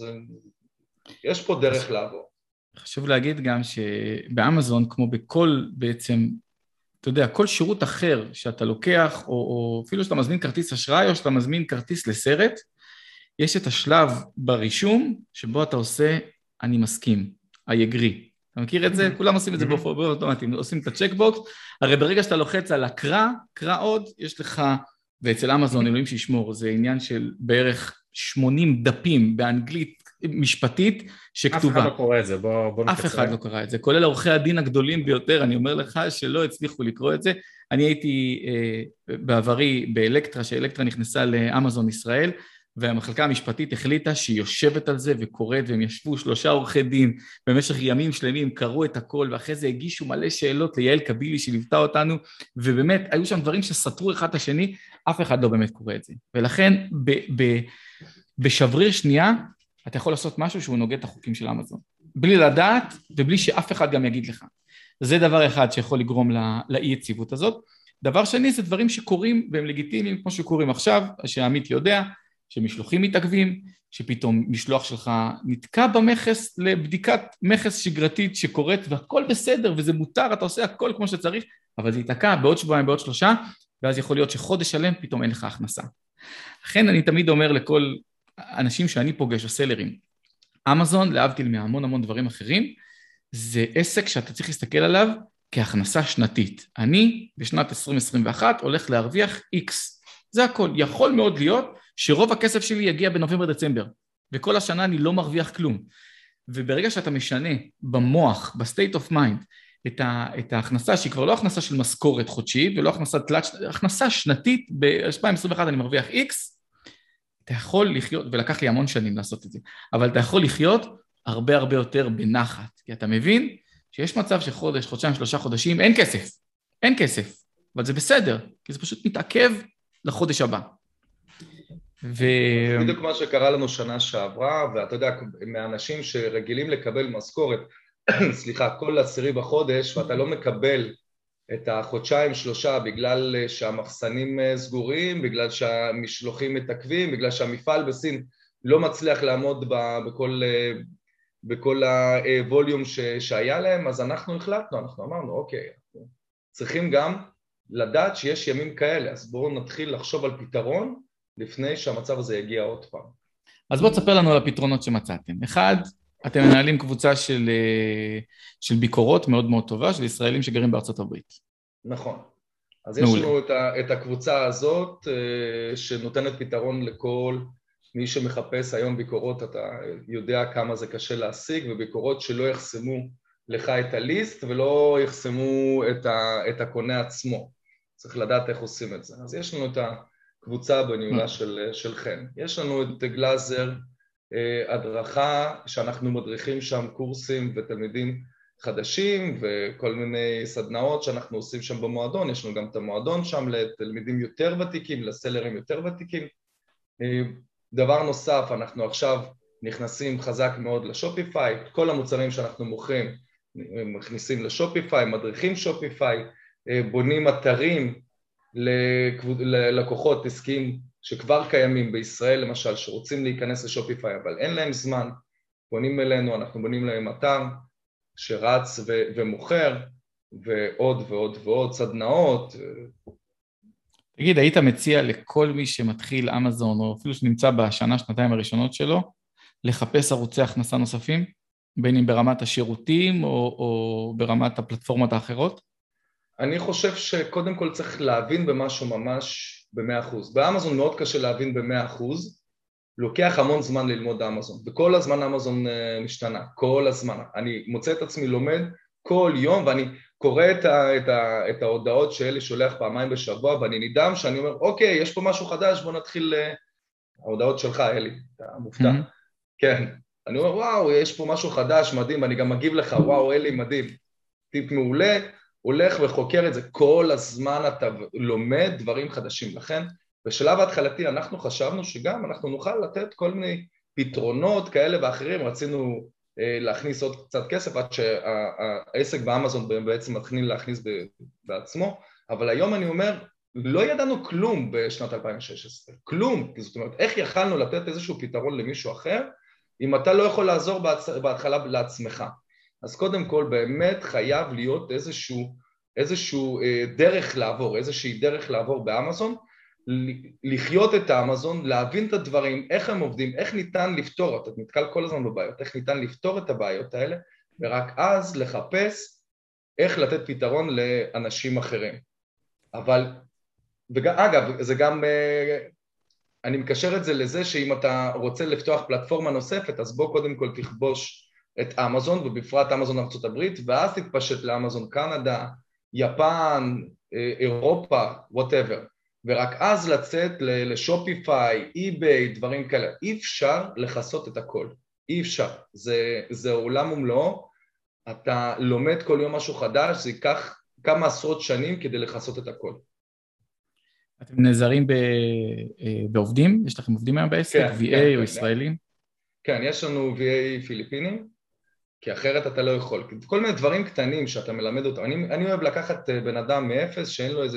יש פה דרך לעבור. חשוב להגיד גם שבאמזון, כמו בכל בעצם, אתה יודע, כל שירות אחר שאתה לוקח, או אפילו שאתה מזמין כרטיס אשראי, או שאתה מזמין כרטיס לסרט, יש את השלב ברישום שבו אתה עושה, אני מסכים, I agree. אתה מכיר את זה? כולם עושים את זה באוטומטים, עושים את הצ'קבוקס, הרי ברגע שאתה לוחץ על הקרא עוד, יש לך, ואצל אמזון, אלוהים שישמור, זה עניין של בערך 80 דפים באנגלית משפטית שכתובה. אף אחד לא קורא את זה, בוא נקצר. אף אחד לא קרא את זה, כולל עורכי הדין הגדולים ביותר, אני אומר לך שלא הצליחו לקרוא את זה. אני הייתי בעברי באלקטרה, שאלקטרה נכנסה לאמזון ישראל, והמחלקה המשפטית החליטה שהיא יושבת על זה וקוראת, והם ישבו 3 עורכי דין במשך ימים שלמים, קראו את הכל, ואחרי זה הגישו מלא שאלות ליעל קבילי שליוותה אותנו, ובאמת היו שם דברים שסתרו אחד את השני, אף אחד לא באמת קורא את זה. ולכן בשבריר שנייה, אתה יכול לעשות משהו שהוא נוגד את החוקים של אמזון, בלי לדעת ובלי שאף אחד גם יגיד לך. זה דבר אחד שיכול לגרום לאי יציבות הזאת. דבר שני, זה דברים שקורים והם לגיטימיים, כמו שקורים עכשיו, שעמית יודע, שמשלוחים מתעכבים, שפתאום משלוח שלך נתקע במכס לבדיקת מכס שגרתית שקורית, והכל בסדר וזה מותר, אתה עושה הכל כמו שצריך, אבל זה יתקע בעוד שבועיים, בעוד 3, ואז יכול להיות שחודש שלם פתאום אין לך הכנסה. לכן אני תמיד אומר לכל אנשים שאני פוגש, הסלרים, אמזון, להבדיל מהמון דברים אחרים, זה עסק שאתה צריך להסתכל עליו כהכנסה שנתית. אני בשנת 2021 הולך להרוויח X. זה הכל. יכול מאוד להיות שרוב הכסף שלי יגיע בנובמבר-דצמבר, וכל השנה אני לא מרוויח כלום. וברגע שאתה משנה במוח, בסטייט אוף מיינד, את ההכנסה שהיא כבר לא הכנסה של משכורת חודשית, ולא הכנסה שנתית, ב-2021 אני מרוויח X, אתה יכול לחיות, ולקח לי המון שנים לעשות את זה, אבל אתה יכול לחיות הרבה יותר בנחת, כי אתה מבין שיש מצב שחודש, חודשיים, 3 חודשים, אין כסף, אבל זה בסדר, כי זה פשוט מתעכב לחודש הבא. בדיוק מה שקרה לנו שנה שעברה, ואתה יודע, מהאנשים שרגילים לקבל משכורת, כל 10 בחודש, ואתה לא מקבל את החודשיים 3 בגלל שהמחסנים סגורים, בגלל שהמשלוחים מתעכבים, בגלל שהמפעל בסין לא מצליח לעמוד בכל הווליום שהיה להם, אז אנחנו החלטנו, אנחנו אמרנו, אוקיי, צריכים גם לדעת שיש ימים כאלה, אז בואו נתחיל לחשוב על פתרון לפני שהמצב הזה יגיע עוד פעם. אז בואו תספר לנו על הפתרונות שמצאתם. אחד, אתם מנהלים קבוצה של ביקורות מאוד טובה, של ישראלים שגרים בארצות הברית. נכון. אז יש לנו את הקבוצה הזאת שנותנת פתרון לכל מי שמחפש היום ביקורות, אתה יודע כמה זה קשה להשיג, וביקורות שלא יחסמו לך את הליסט ולא יחסמו את הקונה עצמו. צריך לדעת איך עושים את זה. אז יש לנו את הקבוצה בניהולה של חן. יש לנו את גלאזר, הדרכה שאנחנו מדריכים שם קורסים ותלמידים חדשים וכל מיני סדנאות שאנחנו עושים שם במועדון, יש לנו גם את המועדון שם לתלמידים יותר ותיקים, לסלרים יותר ותיקים. דבר נוסף, אנחנו עכשיו נכנסים חזק מאוד לשופיפיי, כל המוצרים שאנחנו מוכרים מכניסים לשופיפיי, מדריכים שופיפיי, בונים אתרים ללקוחות עסקיים שכבר קיימים בישראל למשל, שרוצים להיכנס לשופיפיי אבל אין להם זמן, בונים אלינו, אנחנו בונים להם אתר שרץ ומוכר, ועוד סדנאות. תגיד, היית מציע לכל מי שמתחיל אמזון, או אפילו שנמצא בשנה, שנתיים הראשונות שלו, לחפש ערוצי הכנסה נוספים, בין אם ברמת השירותים, או ברמת הפלטפורמות האחרות? אני חושב שקודם כל צריך להבין במשהו ממש ב100%. באמזון מאוד קשה להבין ב100%, לוקח המון זמן ללמוד אמזון, וכל הזמן אמזון משתנה, כל הזמן. אני מוצא את עצמי לומד כל יום, ואני קורא את ההודעות שאלי שולח פעמיים בשבוע, ואני נדהם שאני אומר, אוקיי, יש פה משהו חדש, בוא נתחיל, ההודעות שלך, אלי, אתה מופתע. כן, אני אומר, וואו, יש פה משהו חדש, מדהים, ואני גם מגיב לך, וואו, אלי, מדהים. טיפ מעולה, הולך וחוקר את זה, כל הזמן אתה לומד דברים חדשים, לכן, בשלב ההתחלתי אנחנו חשבנו שגם אנחנו נוכל לתת כל מיני פתרונות כאלה ואחרים, רצינו להכניס עוד קצת כסף עד שהעסק באמזון בעצם מתחילים להכניס בעצמו, אבל היום אני אומר, לא ידענו כלום בשנת 2016, כלום, זאת אומרת, איך יכלנו לתת איזשהו פתרון למישהו אחר, אם אתה לא יכול לעזור בהתחלה לעצמך. אז קודם כל באמת חייב להיות איזשהו איזושהי דרך לעבור באמזון, לחיות את האמזון, להבין את הדברים, איך הם עובדים, איך ניתן לפתור, אתה נתקל כל הזמן בבעיות, איך ניתן לפתור את הבעיות האלה, ורק אז לחפש איך לתת פתרון לאנשים אחרים. אבל, אגב, זה גם אני מקשר את זה לזה שאם אתה רוצה לפתוח פלטפורמה נוספת, אז בוא קודם כל תכבוש את אמזון, ובפרט אמזון ארצות הברית, ואז תתפשט לאמזון קנדה, יפן, אירופה, whatever. ורק אז לצאת לשופיפיי, אי-ביי, דברים כאלה. אי אפשר לחסות את הכל. אי אפשר. זה עולם ומלואו. אתה לומד כל יום משהו חדש, זה ייקח כמה עשרות שנים כדי לחסות את הכל. אתם נעזרים בעובדים? יש לכם עובדים היום בעסק? כן, VA כן, או כן, ישראלים? כן, יש לנו VA פיליפינים, כי אחרת אתה לא יכול. כל מיני דברים קטנים שאתה מלמד אותו. אני אוהב לקחת בן אדם מאפס שאין לו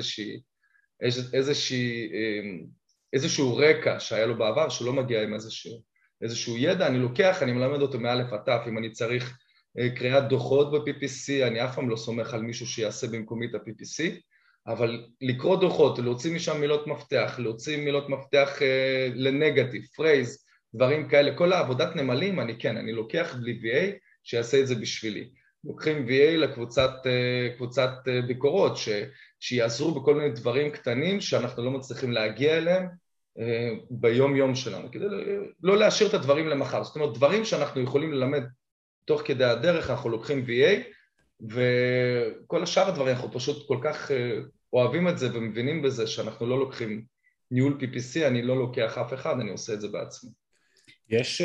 איזשהו רקע שהיה לו בעבר, שלא מגיע עם איזשהו ידע, אני לוקח, אני מלמד אותו מאלף עד תף, אם אני צריך קריאת דוחות ב-PPC, אני אף פעם לא סומך על מישהו שיעשה במקומי את ה-PPC, אבל לקרוא דוחות, להוציא משם מילות מפתח, להוציא מילות מפתח לנגטיב, פרייז, דברים כאלה, כל העבודת נמלים, אני לוקח בלי VA שיעשה את זה בשבילי. לוקחים VA לקבוצת ביקורות, שיעזרו בכל מיני דברים קטנים שאנחנו לא מצליחים להגיע אליהם ביום יום שלנו, כדי לא להשאיר את הדברים למחר. זאת אומרת, דברים שאנחנו יכולים ללמד תוך כדי הדרך, אנחנו לוקחים VA, וכל השאר הדברים, אנחנו פשוט כל כך אוהבים את זה ומבינים בזה שאנחנו לא לוקחים ניהול PPC, אני לא לוקח אף אחד, אני עושה את זה בעצמי. יש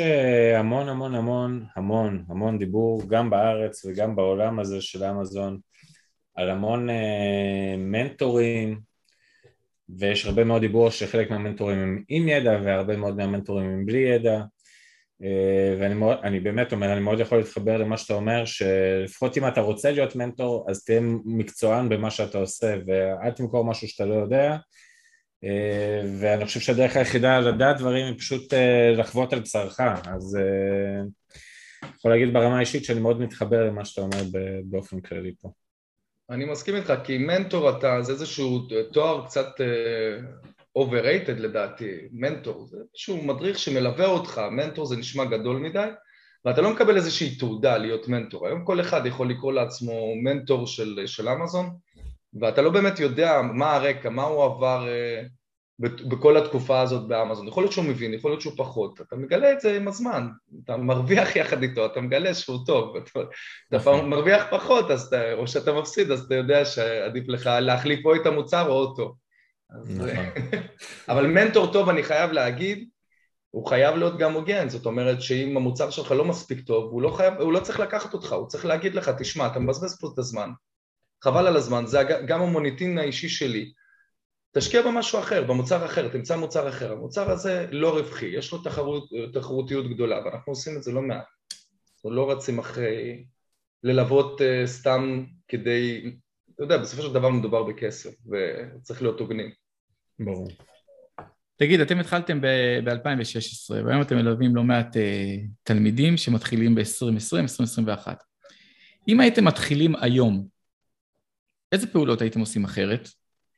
המון דיבור, גם בארץ וגם בעולם הזה של אמזון, על המון מנטורים, ויש הרבה מאוד דיבור שחלק מהמנטורים הם עם ידע, והרבה מאוד מהמנטורים הם בלי ידע, ואני באמת אומר, אני מאוד יכול להתחבר למה שאתה אומר, שלפחות אם אתה רוצה להיות מנטור, אז תהיה מקצוען במה שאתה עושה, ואל תמכור משהו שאתה לא יודע, ואני חושב שהדרך היחידה לדעת דברים היא פשוט לחוות על בשרך, אז יכול להגיד ברמה האישית שאני מאוד מתחבר למה שאתה אומר באופן כללי פה. אני מסכים איתך, כי מנטור זה איזשהו תואר קצת overrated לדעתי, מנטור, זה איזשהו מדריך שמלווה אותך, מנטור זה נשמע גדול מדי, ואתה לא מקבל איזושהי תעודה להיות מנטור, היום כל אחד יכול לקרוא לעצמו מנטור של אמזון, ואתה לא באמת יודע מה הרקע, מה הוא עבר בכל התקופה הזאת באמזון, יכול להיות שהוא מבין, יכול להיות שהוא פחות, אתה מגלה את זה עם הזמן, אתה מרוויח יחד איתו, אתה מגלה שהוא טוב, אתה מרוויח פחות, או שאתה מפסיד, אז אתה יודע שעדיף לך להחליף או את המוצר או אותו. אבל מנטור טוב, אני חייב להגיד, הוא חייב להיות גם הוגן, זאת אומרת שאם המוצר שלך לא מספיק טוב, הוא לא צריך לקחת אותך, הוא צריך להגיד לך, תשמע, אתה מבזבז פה את הזמן, חבל על הזמן, זה גם המוניטין האישי שלי, תשקיע במשהו אחר, במוצר אחר, תמצא מוצר אחר, המוצר הזה לא רווחי, יש לו תחרותיות גדולה, ואנחנו עושים את זה לא מעט, אנחנו לא רצים אחרי ללוות סתם כדי, אתה יודע, בסופו של דבר מדובר בכסף, וצריך להיות הוגנים. ברור. תגיד, אתם התחלתם ב-2016, והיום אתם מלווים לא מעט תלמידים שמתחילים ב-2020, 2021. אם הייתם מתחילים היום, איזה פעולות הייתם עושים אחרת?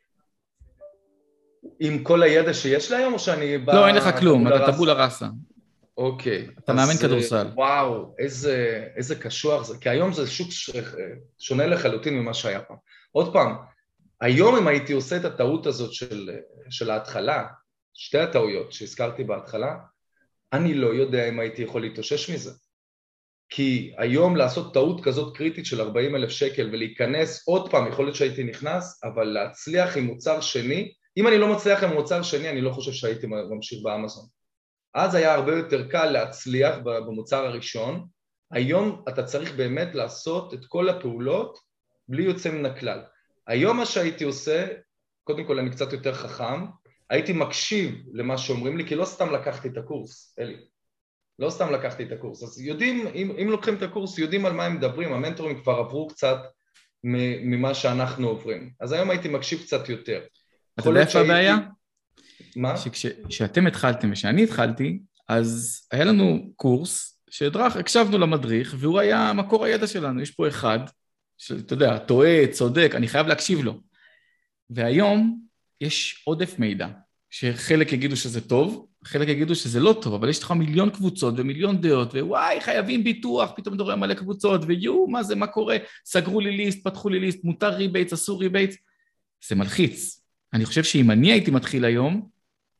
עם כל הידע שיש לה היום, או שאני בא... לא, אין לך כלום, אתה טבולה ראסה. אוקיי. אתה מאמן כדורסל. וואו, איזה קשוח זה, כי היום זה שוק שונה לחלוטין ממה שהיה פעם. עוד פעם, היום אם הייתי עושה את הטעות הזאת של ההתחלה, שתי הטעויות שהזכרתי בהתחלה, אני לא יודע אם הייתי יכול להתאושש מזה. כי היום לעשות טעות כזאת קריטית של 40,000 שקל ולהיכנס עוד פעם, יכול להיות שהייתי נכנס, אבל להצליח עם מוצר שני, אם אני לא מצליח עם מוצר שני, אני לא חושב שהייתי ממשיך באמזון. אז היה הרבה יותר קל להצליח במוצר הראשון, היום אתה צריך באמת לעשות את כל הפעולות בלי יוצא מן הכלל. היום מה שהייתי עושה, קודם כל אני קצת יותר חכם, הייתי מקשיב למה שאומרים לי, כי לא סתם לקחתי את הקורס, אלי. לא סתם לקחתי את הקורס, אז יודעים, אם לוקחים את הקורס, יודעים על מה הם מדברים, המנטורים כבר עברו קצת ממה שאנחנו עוברים. אז היום הייתי מקשיב קצת יותר. אתה יודע איפה הבעיה? מה? שכשאתם התחלתם ושאני התחלתי, אז היה לנו קורס הקשבנו למדריך, והוא היה מקור הידע שלנו. יש פה אחד, שאתה יודע, טועה, צודק, אני חייב להקשיב לו. והיום יש עודף מידע, שחלק יגידו שזה טוב, חלק יגידו שזה לא טוב, אבל יש לך מיליון קבוצות ומיליון דעות, ווואי, חייבים ביטוח, פתאום מדברים מלא קבוצות, מה זה, מה קורה? סגרו לי ליסט, פתחו לי ליסט, מותר ריבייטס, אסור ריבייטס. זה מלחיץ. אני חושב שאם אני הייתי מתחיל היום,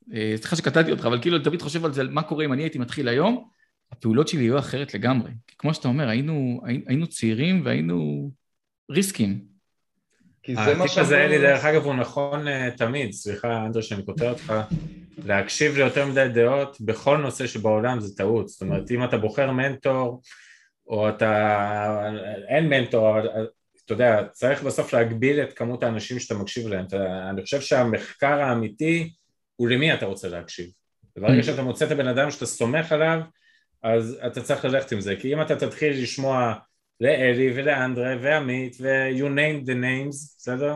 סליחה שקטעתי אותך, אבל כאילו תמיד חושב על זה, מה קורה אם אני הייתי מתחיל היום, הפעולות שלי יהיו אחרת לגמרי. כי כמו שאתה אומר, היינו צעירים והיינו ריסקים. הטיפ הזה, אלי, דרך אגב, הוא נכון תמיד, סליחה, אנדרי, שאני קוטע אותך, להקשיב ליותר מדי דעות בכל נושא שבעולם זה טעות. זאת אומרת, אם אתה בוחר מנטור, או אין מנטור, אתה יודע, צריך בסוף להגביל את כמות האנשים שאתה מקשיב להם. אני חושב שהמחקר האמיתי הוא למי אתה רוצה להקשיב. ברגע שאתה מוצא את הבן אדם שאתה סומך עליו, אז אתה צריך ללכת עם זה, כי אם אתה תתחיל לשמוע לאלי ולאנדרי ועמית ו-you name the names, בסדר?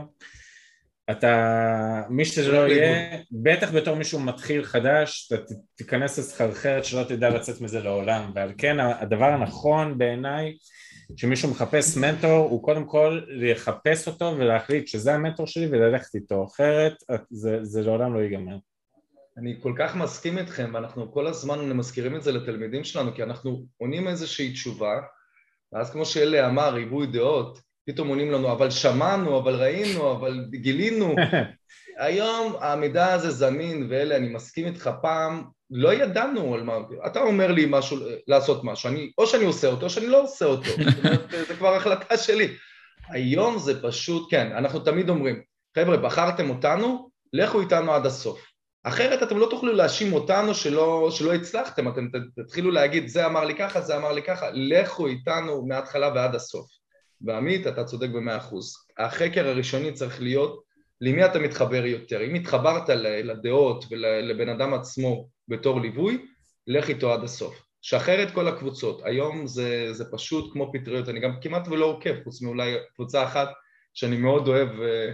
מי שזה לא יהיה, בטח בתור מישהו מתחיל חדש, אתה תיכנס לסחרחרת שלא תדע לצאת מזה לעולם, ועל כן הדבר הנכון בעיניי, שמישהו מחפש מנטור, הוא קודם כל לחפש אותו ולהחליט שזה המנטור שלי וללכת איתו, אחרת זה לעולם לא ייגמר. אני כל כך מסכים איתכם, ואנחנו כל הזמן מזכירים את זה לתלמידים שלנו, כי אנחנו עונים איזושהי תשובה, ואז כמו שאלה אמר, ריבוי דעות, פתאום עונים לנו, אבל שמענו, אבל ראינו, אבל גילינו. היום המידע הזה זמין, ואלה, אני מסכים איתך פעם, לא ידענו על מה, אתה אומר לי משהו, לעשות משהו, או שאני עושה אותו, או שאני לא עושה אותו, זאת אומרת, זה כבר החלטה שלי. היום זה פשוט, כן, אנחנו תמיד אומרים, חבר'ה, בחרתם אותנו, לכו איתנו עד הסוף. אחרת אתם לא תוכלו להאשים אותנו שלא הצלחתם, אתם תתחילו להגיד, זה אמר לי ככה, זה אמר לי ככה, לכו איתנו מההתחלה ועד הסוף. ועמית, אתה צודק ב100%. החקר הראשוני צריך להיות, למי אתה מתחבר יותר? אם התחברת לדעות ולבן אדם עצמו בתור ליווי, לך איתו עד הסוף. שחרר את כל הקבוצות. היום זה פשוט כמו פטריות, אני גם כמעט ולא עוקב, חוץ מאולי קבוצה אחת שאני מאוד אוהב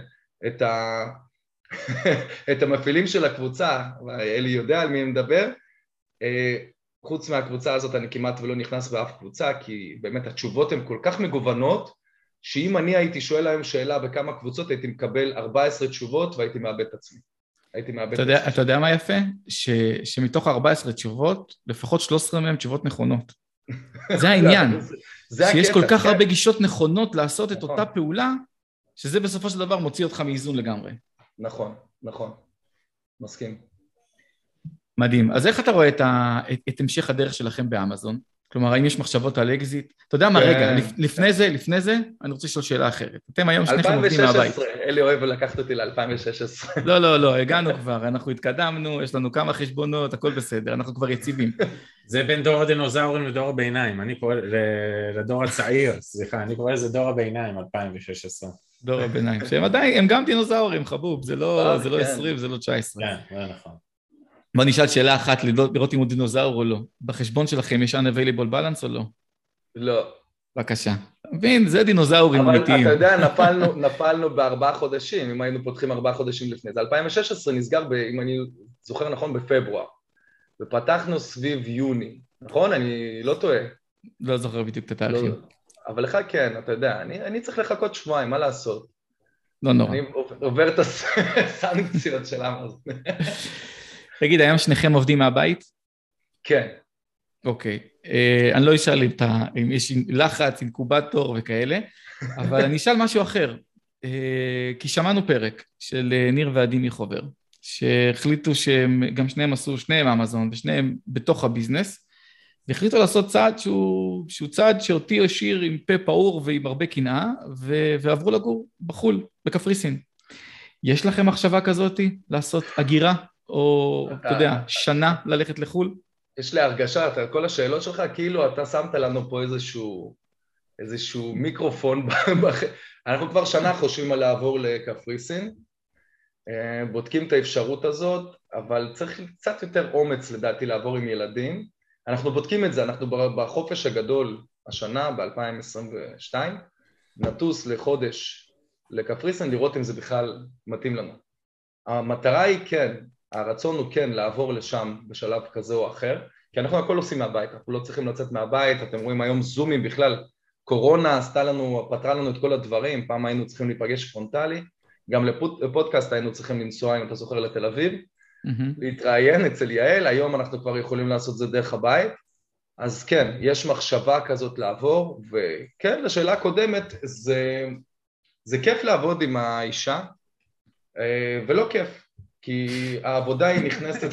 את המפעילים של הקבוצה, ואלי יודע על מי הם מדבר, חוץ מהקבוצה הזאת אני כמעט ולא נכנס באף קבוצה, כי באמת התשובות הן כל כך מגוונות, שאם אני הייתי שואל היום שאלה בכמה קבוצות, הייתי מקבל 14 תשובות והייתי מאבד את עצמי. אתה יודע מה יפה? שמתוך 14 תשובות, לפחות 13 מהן תשובות נכונות. זה העניין. שיש כל כך הרבה גישות נכונות לעשות את אותה פעולה, שזה בסופו של דבר מוציא אותך מאיזון לגמרי. נכון, נכון. מסכים. מדהים. אז איך אתה רואה את המשך הדרך שלכם באמזון? כלומר, האם יש מחשבות על אקזיט? אתה יודע מה, רגע, לפני זה, אני רוצה לשאול שאלה אחרת. אתם היום שניכם עובדים מהבית. 2016, אלי אוהב לקחת אותי ל-2016. לא, הגענו כבר, אנחנו התקדמנו, יש לנו כמה חשבונות, הכל בסדר, אנחנו כבר יציבים. זה בין דור הדינוזאורים לדור הביניים, אני קורא לדור הצעיר, סליחה, אני קורא לזה דור הביניים, 2016. דור הביניים, שהם עדיין, הם גם דינוזאורים, חבוב, זה לא 20, זה לא 19. כן, זה נכון. בוא נשאל שאלה אחת, לראות אם הוא דינוזאור או לא. בחשבון שלכם יש unavailable balance או לא? לא. בבקשה. מבין, זה דינוזאורים אמיתיים. אבל אתה יודע, נפלנו ב4 חודשים, אם היינו פותחים 4 חודשים לפני. זה 2016 נסגר, אם אני זוכר נכון, בפברואר. ופתחנו סביב יוני. נכון? אני לא טועה. לא זוכר בדיוק את התאריכים. אבל לך כן, אתה יודע, אני צריך לחכות שבועיים, מה לעשות? לא נורא. אני עובר את הסנקציות של אמזון. תגיד, היום שניכם עובדים מהבית? כן. אוקיי. אני לא אשאל אם יש לחץ, אינקובטור וכאלה, אבל אני אשאל משהו אחר. כי שמענו פרק של ניר ועדי מחובר, שהחליטו שהם, גם שניהם אמזון, ושניהם בתוך הביזנס, והחליטו לעשות צעד שהוא צעד שאותי השאיר עם פה פעור ועם הרבה קנאה, ועברו לגור בחול, בקפריסין. יש לכם מחשבה כזאת לעשות הגירה? או, אתה יודע, שנה ללכת לחול? יש לי הרגשה, כל השאלות שלך, כאילו אתה שמת לנו פה איזשהו מיקרופון, אנחנו כבר שנה חושבים על לעבור לקפריסין, בודקים את האפשרות הזאת, אבל צריך קצת יותר אומץ לדעתי לעבור עם ילדים, אנחנו בודקים את זה, אנחנו בחופש הגדול השנה, ב-2022, נטוס לחודש לקפריסין, לראות אם זה בכלל מתאים לנו. המטרה היא כן, הרצון הוא כן לעבור לשם בשלב כזה או אחר, כי אנחנו הכל עושים מהבית, אנחנו לא צריכים לצאת מהבית, אתם רואים היום זומים בכלל, קורונה פתרה לנו את כל הדברים, פעם היינו צריכים להיפגש פרונטלי, גם לפודקאסט היינו צריכים לנסוע, אם אתה זוכר, לתל אביב, להתראיין אצל יעל, היום אנחנו כבר יכולים לעשות זה דרך הבית, אז כן, יש מחשבה כזאת לעבור, וכן, לשאלה הקודמת, זה כיף לעבוד עם האישה, ולא כיף. כי העבודה היא נכנסת...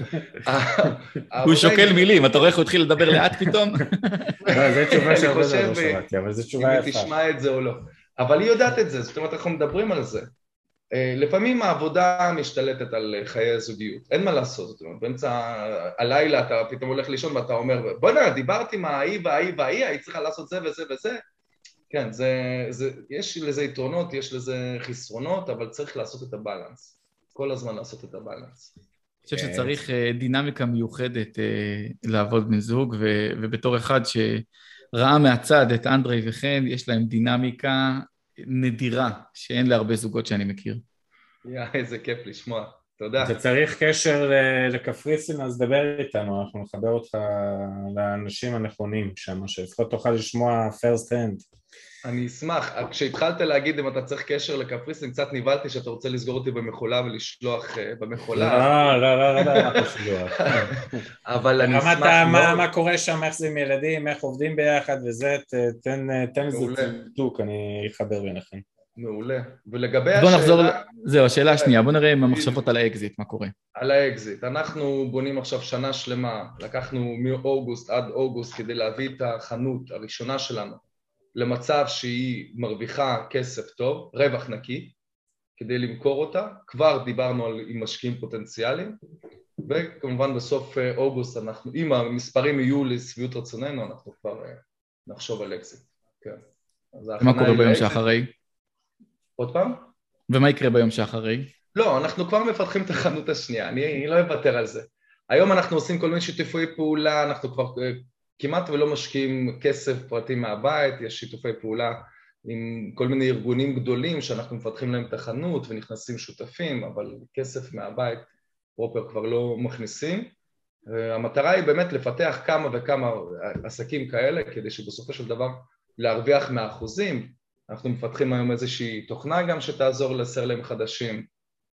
הוא שוקל מילים, אתה רואה איך הוא התחיל לדבר לאט פתאום? לא, זו תשובה שהרבה לא שמעתי, אבל זו תשובה יפה. אם תשמע את זה או לא. אבל היא יודעת את זה, זאת אומרת, אנחנו מדברים על זה. לפעמים העבודה משתלטת על חיי הזוגיות, אין מה לעשות, זאת אומרת, באמצע הלילה אתה פתאום הולך לישון ואתה אומר, בוא'נה, דיברתי עם ההיא וההיא וההיא, היא צריכה לעשות זה וזה וזה. כן, יש לזה יתרונות, יש לזה חסרונות, אבל צריך לעשות את הבאלנס. כל הזמן לעשות את הבאלנס. אני חושב שצריך דינמיקה מיוחדת לעבוד בן זוג, ובתור אחד שראה מהצד את אנדרי וחן, יש להם דינמיקה נדירה, שאין להרבה זוגות שאני מכיר. איזה כיף לשמוע, תודה. אתה צריך קשר לקפריסין, אז דבר איתנו, אנחנו נחבר אותך לאנשים הנכונים שם, שלפחות תוכל לשמוע first hand. אני אשמח, כשהתחלת להגיד אם אתה צריך קשר לקפריסין, קצת ניבלתי שאתה רוצה לסגור אותי במחולה ולשלוח במחולה. לא, מה תשלוח. אבל אני אשמח מאוד. מה קורה שם, איך זה עם ילדים, איך עובדים ביחד וזה, תן איזה צדוק, אני אחבר ביניכם. מעולה. ולגבי השאלה... בוא נחזור, זהו, השאלה השנייה, בוא נראה עם המחשבות על האקזיט, מה קורה. על האקזיט, אנחנו בונים עכשיו שנה שלמה, לקחנו מאוגוסט עד אוגוסט כדי להביא את החנות הראשונה שלנו, למצב שהיא מרוויחה כסף טוב, רווח נקי, כדי למכור אותה, כבר דיברנו עם משקיעים פוטנציאליים, וכמובן בסוף אוגוסט אנחנו, אם המספרים יהיו לשביעות רצוננו, אנחנו כבר נחשוב על אקזיט. כן. ומה קורה ביום שאחרי? עוד פעם? ומה יקרה ביום שאחרי? לא, אנחנו כבר מפתחים את החנות השנייה, אני לא אוותר על זה. היום אנחנו עושים כל מיני שיתופי פעולה, אנחנו כבר כמעט ולא משקיעים כסף פרטי מהבית, יש שיתופי פעולה עם כל מיני ארגונים גדולים שאנחנו מפתחים להם את החנות ונכנסים שותפים, אבל כסף מהבית פרופר כבר לא מכניסים. המטרה היא באמת לפתח כמה וכמה עסקים כאלה, כדי שבסופו של דבר להרוויח מהאחוזים. אנחנו מפתחים היום איזושהי תוכנה גם שתעזור לסרלים חדשים.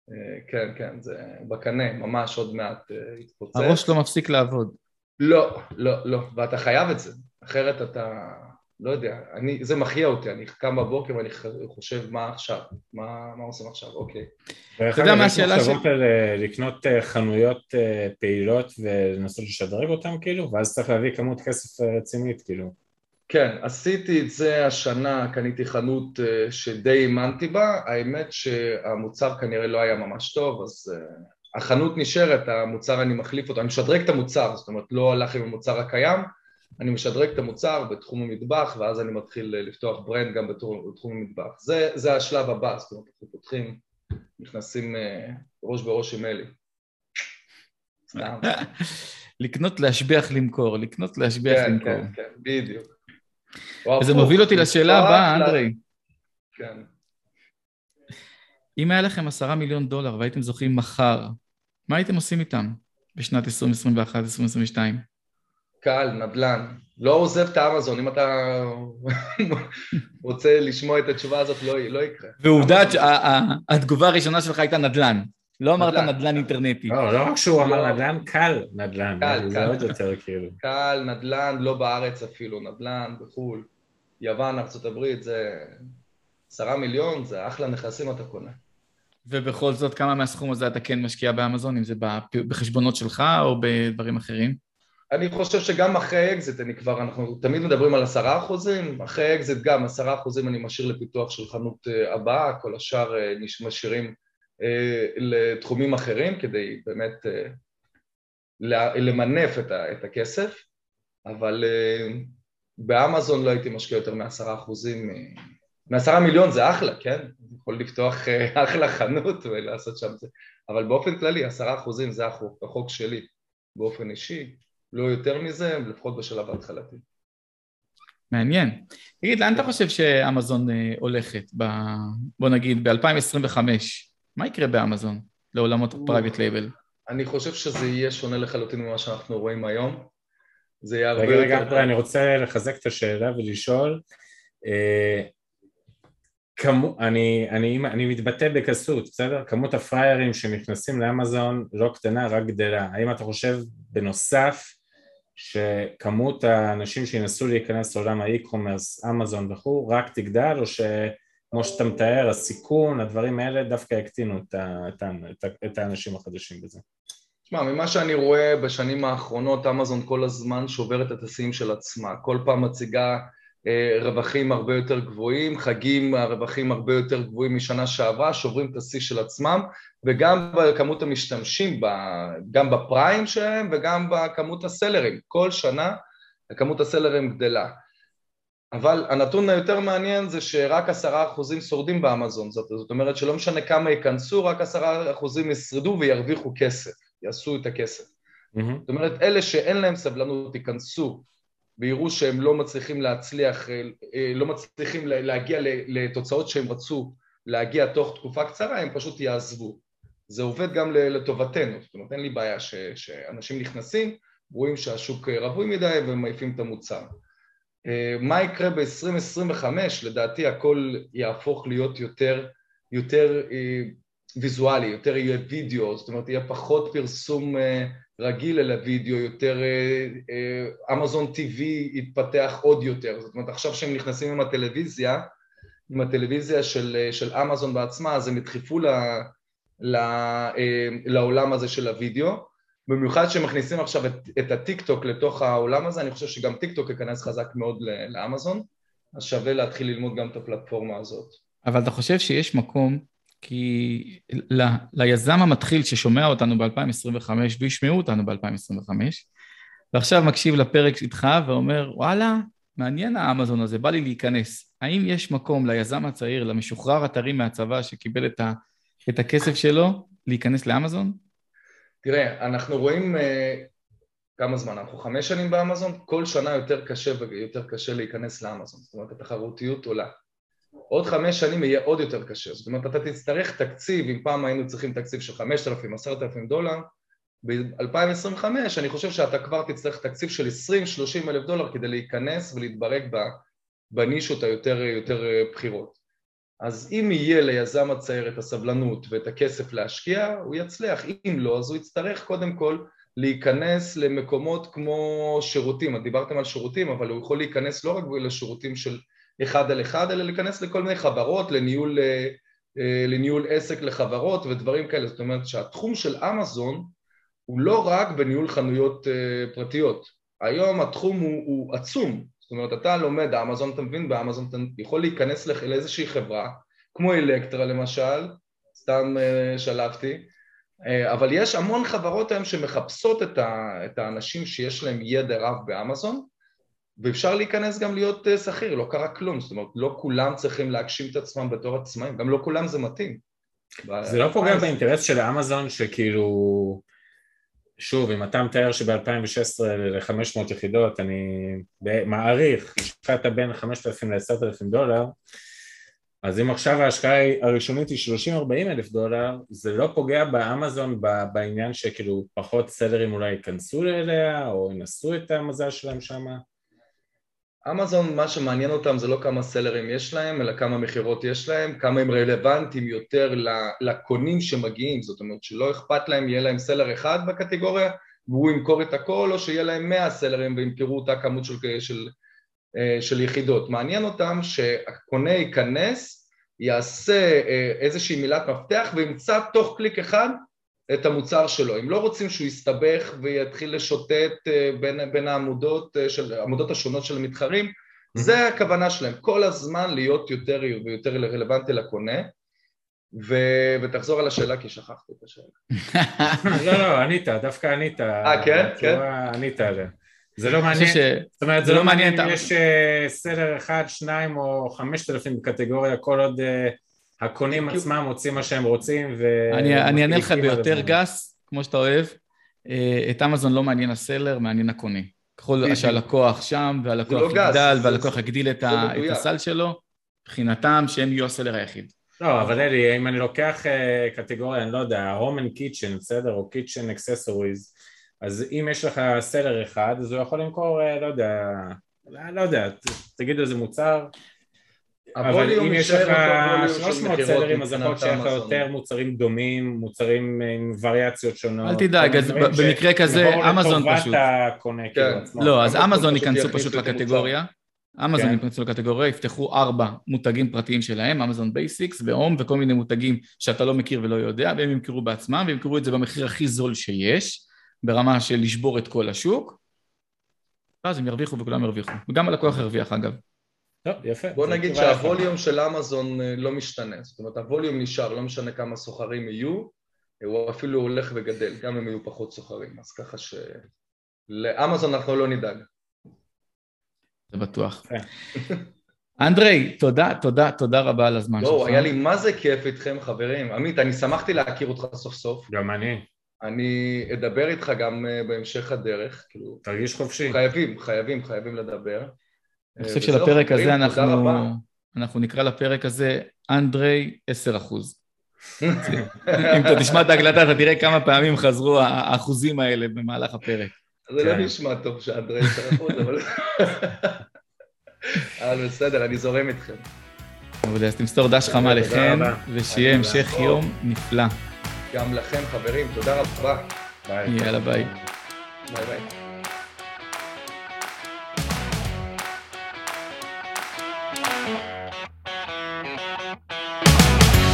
כן, זה בקנה, ממש עוד מעט יתפוצץ. הראש לא מפסיק לעבוד. לא, ואתה חייב את זה, אחרת אתה, לא יודע, זה מחיה אותי, אני קם בבוקר ואני חושב מה עכשיו, מה עושים עכשיו, אוקיי. אתה יודע מה השאלה של... לקנות חנויות פעילות ולנסות לשדרג אותם כאילו, ואז צריך להביא כמות כסף רצינית כאילו. כן, עשיתי את זה השנה, קניתי חנות שדי אימנתי בה, האמת שהמוצר כנראה לא היה ממש טוב, אז... החנות נשארת, המוצר אני מחליף אותו, אני משדרג את המוצר, זאת אומרת לא הלך עם המוצר הקיים, אני משדרג את המוצר בתחום המטבח, ואז אני מתחיל לפתוח ברנד גם בתחום המטבח. זה השלב הבא, זאת אומרת, אנחנו פותחים, נכנסים ראש בראש עם אלי. סתם. לקנות, להשביח, למכור, לקנות, להשביח, למכור. כן, בדיוק. וזה מוביל אותי לשאלה הבאה, אנדרי. כן. אם היה לכם $10 מיליון והייתם זוכים מחר, מה הייתם עושים איתם בשנת 2021-2022? קל, נדל"ן. לא עוזב את האמזון, אם אתה רוצה לשמוע את התשובה הזאת, לא יקרה. ועובדה, התגובה הראשונה שלך הייתה נדל"ן. לא אמרת נדל"ן אינטרנטי. לא רק שהוא אמר נדל"ן, קל נדל"ן. זה עוד יותר כאילו. קל, נדל"ן, לא בארץ אפילו, נדל"ן, בחול. יוון, ארצות הברית, זה 10 מיליון, זה אחלה נכסים אתה קונה. ובכל זאת, כמה מהסכום הזה אתה כן משקיע באמזון, אם זה בחשבונות שלך או בדברים אחרים? אני חושב שגם אחרי אקזיט, אנחנו תמיד מדברים על 10%, אחרי אקזיט גם 10% אני משאיר לפיתוח של חנות הבאה, כל השאר משאירים לתחומים אחרים, כדי באמת למנף את הכסף, אבל באמזון לא הייתי משקיע יותר מ10%, מ10 מיליון זה אחלה, כן? יכול לפתוח אחלה חנות ולעשות שם זה, אבל באופן כללי 10% זה החוק שלי, באופן אישי, לא יותר מזה, לפחות בשלב ההתחלתי. מעניין. תגיד, לאן אתה חושב שאמזון הולכת? בוא נגיד, ב-2025, מה יקרה באמזון לעולמות פרייבט לייבל? אני חושב שזה יהיה שונה לחלוטין ממה שאנחנו רואים היום. זה יהיה הרבה רגע, אני רוצה לחזק את השאלה ולשאול, אני מתבטא בגסות, בסדר? כמות הפריירים שנכנסים לאמזון לא קטנה, רק גדלה. האם אתה חושב בנוסף שכמות האנשים שינסו להיכנס לעולם האי-קומרס, אמזון וכו', רק תגדל, או כמו שאתה מתאר, הסיכון, הדברים האלה דווקא הקטינו את האנשים החדשים בזה. תשמע, ממה שאני רואה בשנים האחרונות, אמזון כל הזמן שוברת את השיאים של עצמה, כל פעם מציגה רווחים הרבה יותר גבוהים, חגים הרווחים הרבה יותר גבוהים משנה שעברה, שוברים את השיא של עצמם, וגם בכמות המשתמשים, גם בפריים שלהם וגם בכמות הסלרים, כל שנה כמות הסלרים גדלה. אבל הנתון היותר מעניין זה שרק 10% שורדים באמזון, זאת אומרת שלא משנה כמה ייכנסו, רק 10% ישרדו וירוויחו כסף, יעשו את הכסף. זאת אומרת, אלה שאין להם סבלנות ייכנסו, ויראו שהם לא מצליחים להצליח, לא מצליחים להגיע לתוצאות שהם רצו להגיע תוך תקופה קצרה, הם פשוט יעזבו. זה עובד גם לטובתנו, זאת אומרת, אין לי בעיה שאנשים נכנסים, רואים שהשוק רווי מדי והם מעיפים את המוצר. מה יקרה ב-2025? לדעתי הכל יהפוך להיות יותר ויזואלי, יותר יהיה וידאו, זאת אומרת, יהיה פחות פרסום רגיל אל הוידאו, יותר אמזון TV יתפתח עוד יותר, זאת אומרת, עכשיו שהם נכנסים עם הטלוויזיה של אמזון בעצמה, אז הם ידחפו לעולם הזה של הוידאו, במיוחד שמכניסים עכשיו את הטיק-טוק לתוך העולם הזה, אני חושב שגם טיק-טוק ייכנס חזק מאוד לאמזון, אז שווה להתחיל ללמוד גם את הפלטפורמה הזאת. אבל אתה חושב שיש מקום, כי ליזם המתחיל ששומע אותנו ב-2025, וישמעו אותנו ב-2025, ועכשיו מקשיב לפרק איתך ואומר, וואלה, מעניין האמזון הזה, בא לי להיכנס. האם יש מקום ליזם הצעיר, למשוחרר אתרי מהצבא שקיבל את הכסף שלו, להיכנס לאמזון? תראה, אנחנו רואים כמה זמן, אנחנו 5 שנים באמזון, כל שנה יותר קשה ויותר קשה להיכנס לאמזון, זאת אומרת, התחרותיות עולה. עוד 5 שנים יהיה עוד יותר קשה, זאת אומרת, אתה תצטרך תקציב, אם פעם היינו צריכים תקציב של $5,000, $10,000, ב-2025 אני חושב שאתה כבר תצטרך תקציב של $20,000-30,000 כדי להיכנס ולהתברג בנישות היותר בחירות. אז אם יהיה ליזם הצעיר את הסבלנות ואת הכסף להשקיע, הוא יצליח. אם לא, אז הוא יצטרך קודם כל להיכנס למקומות כמו שירותים. דיברתם על שירותים, אבל הוא יכול להיכנס לא רק לשירותים של 1 על 1, אלא להיכנס לכל מיני חברות, לניהול עסק לחברות ודברים כאלה. זאת אומרת שהתחום של אמזון הוא לא רק בניהול חנויות פרטיות. היום התחום הוא עצום. זאת אומרת, אתה לומד אמזון, אתה מבין, באמזון אתה יכול להיכנס לאיזושהי חברה, כמו אלקטרה למשל, סתם שלפתי, אבל יש המון חברות היום שמחפשות את האנשים שיש להם ידע רב באמזון, ואפשר להיכנס גם להיות שכיר, לא קרה כלום, זאת אומרת, לא כולם צריכים להגשים את עצמם בתור עצמאים, גם לא כולם זה מתאים. זה לא פוגע באינטרס של אמזון שכאילו... שוב, אם אתה מתאר שב-2016 ל-500 יחידות, אני מעריך, השקעת בין $5,000 ל-10,000, אז אם עכשיו ההשקעה הראשונית היא $30,000-40,000, זה לא פוגע באמזון בעניין שכאילו פחות סלרים אולי ייכנסו אליה, או ינסו את המזל שלהם שם? אמזון, מה שמעניין אותם זה לא כמה סלרים יש להם, אלא כמה מחירות יש להם, כמה הם רלוונטיים יותר לקונים שמגיעים, זאת אומרת שלא אכפת להם, יהיה להם סלר אחד בקטגוריה, והוא ימכור את הכל, או שיהיה להם 100 סלרים וימכרו אותה כמות של יחידות. מעניין אותם שהקונה ייכנס, יעשה איזושהי מילת מפתח, וימצא תוך קליק אחד את המוצר שלו. אם לא רוצים שהוא יסתבך ויתחיל לשוטט בין העמודות השונות של המתחרים, זה הכוונה שלהם, כל הזמן להיות יותר ויותר רלוונטי לקונה, ותחזור על השאלה כי שכחתי את השאלה. לא, ענית, דווקא ענית. כן? כן. ענית עליה. זה לא מעניין, זאת אומרת, זה לא מעניין אם יש סלר 1, 2 או 5,000 בקטגוריה, כל עוד... הקונים עצמם מוצאים מה שהם רוצים. אני אענה לך ביותר גס, כמו שאתה אוהב, את אמזון לא מעניין הסלר, מעניין הקונה. ככל שהלקוח שם, והלקוח יגדל, והלקוח יגדיל את הסל שלו, מבחינתם שהם יהיו הסלר היחיד. לא, אבל אלי, אם אני לוקח קטגוריה, אני לא יודע, Home and Kitchen, בסדר, או Kitchen Accessories, אז אם יש לך סלר אחד, אז הוא יכול למכור, לא יודע, תגידו איזה מוצר, אבל אם יש לך 300 סלרים, אז יכול להיות שיש לך יותר מוצרים דומים, מוצרים עם וריאציות שונות. אל תדאג, אז במקרה כזה, אמזון פשוט. לא, אז אמזון ייכנסו פשוט לקטגוריה. אמזון ייכנסו לקטגוריה, יפתחו 4 מותגים פרטיים שלהם, אמזון בייסיקס והום וכל מיני מותגים שאתה לא מכיר ולא יודע, והם ימכרו בעצמם, והם ימכרו את זה במחיר הכי זול שיש, ברמה של לשבור את כל השוק, ואז הם ירוויחו וכולם ירוויחו, וגם הלקוח ירוויח אגב. טוב, יפה. בוא נגיד שהווליום של אמזון לא משתנה, זאת אומרת הווליום נשאר, לא משנה כמה סוחרים יהיו, הוא אפילו הולך וגדל, גם אם יהיו פחות סוחרים, אז ככה שלאמזון אנחנו לא נדאג. זה בטוח. אנדרי, תודה רבה על הזמן שלך. היה לי מה זה כיף איתכם חברים, עמית, אני שמחתי להכיר אותך סוף סוף. גם אני. אני אדבר איתך גם בהמשך הדרך, כאילו... תרגיש חופשי. חייבים לדבר. אני חושב שלפרק הזה אנחנו נקרא לפרק הזה אנדרי 10%. אם אתה תשמע את ההקלטה, אתה תראה כמה פעמים חזרו האחוזים האלה במהלך הפרק. זה לא נשמע טוב שאנדרי 10%, אבל בסדר, אני זורם איתכם. אז תמסור דש חמה לכם, ושיהיה המשך יום נפלא. גם לכם חברים, תודה רבה. יאללה ביי. ביי.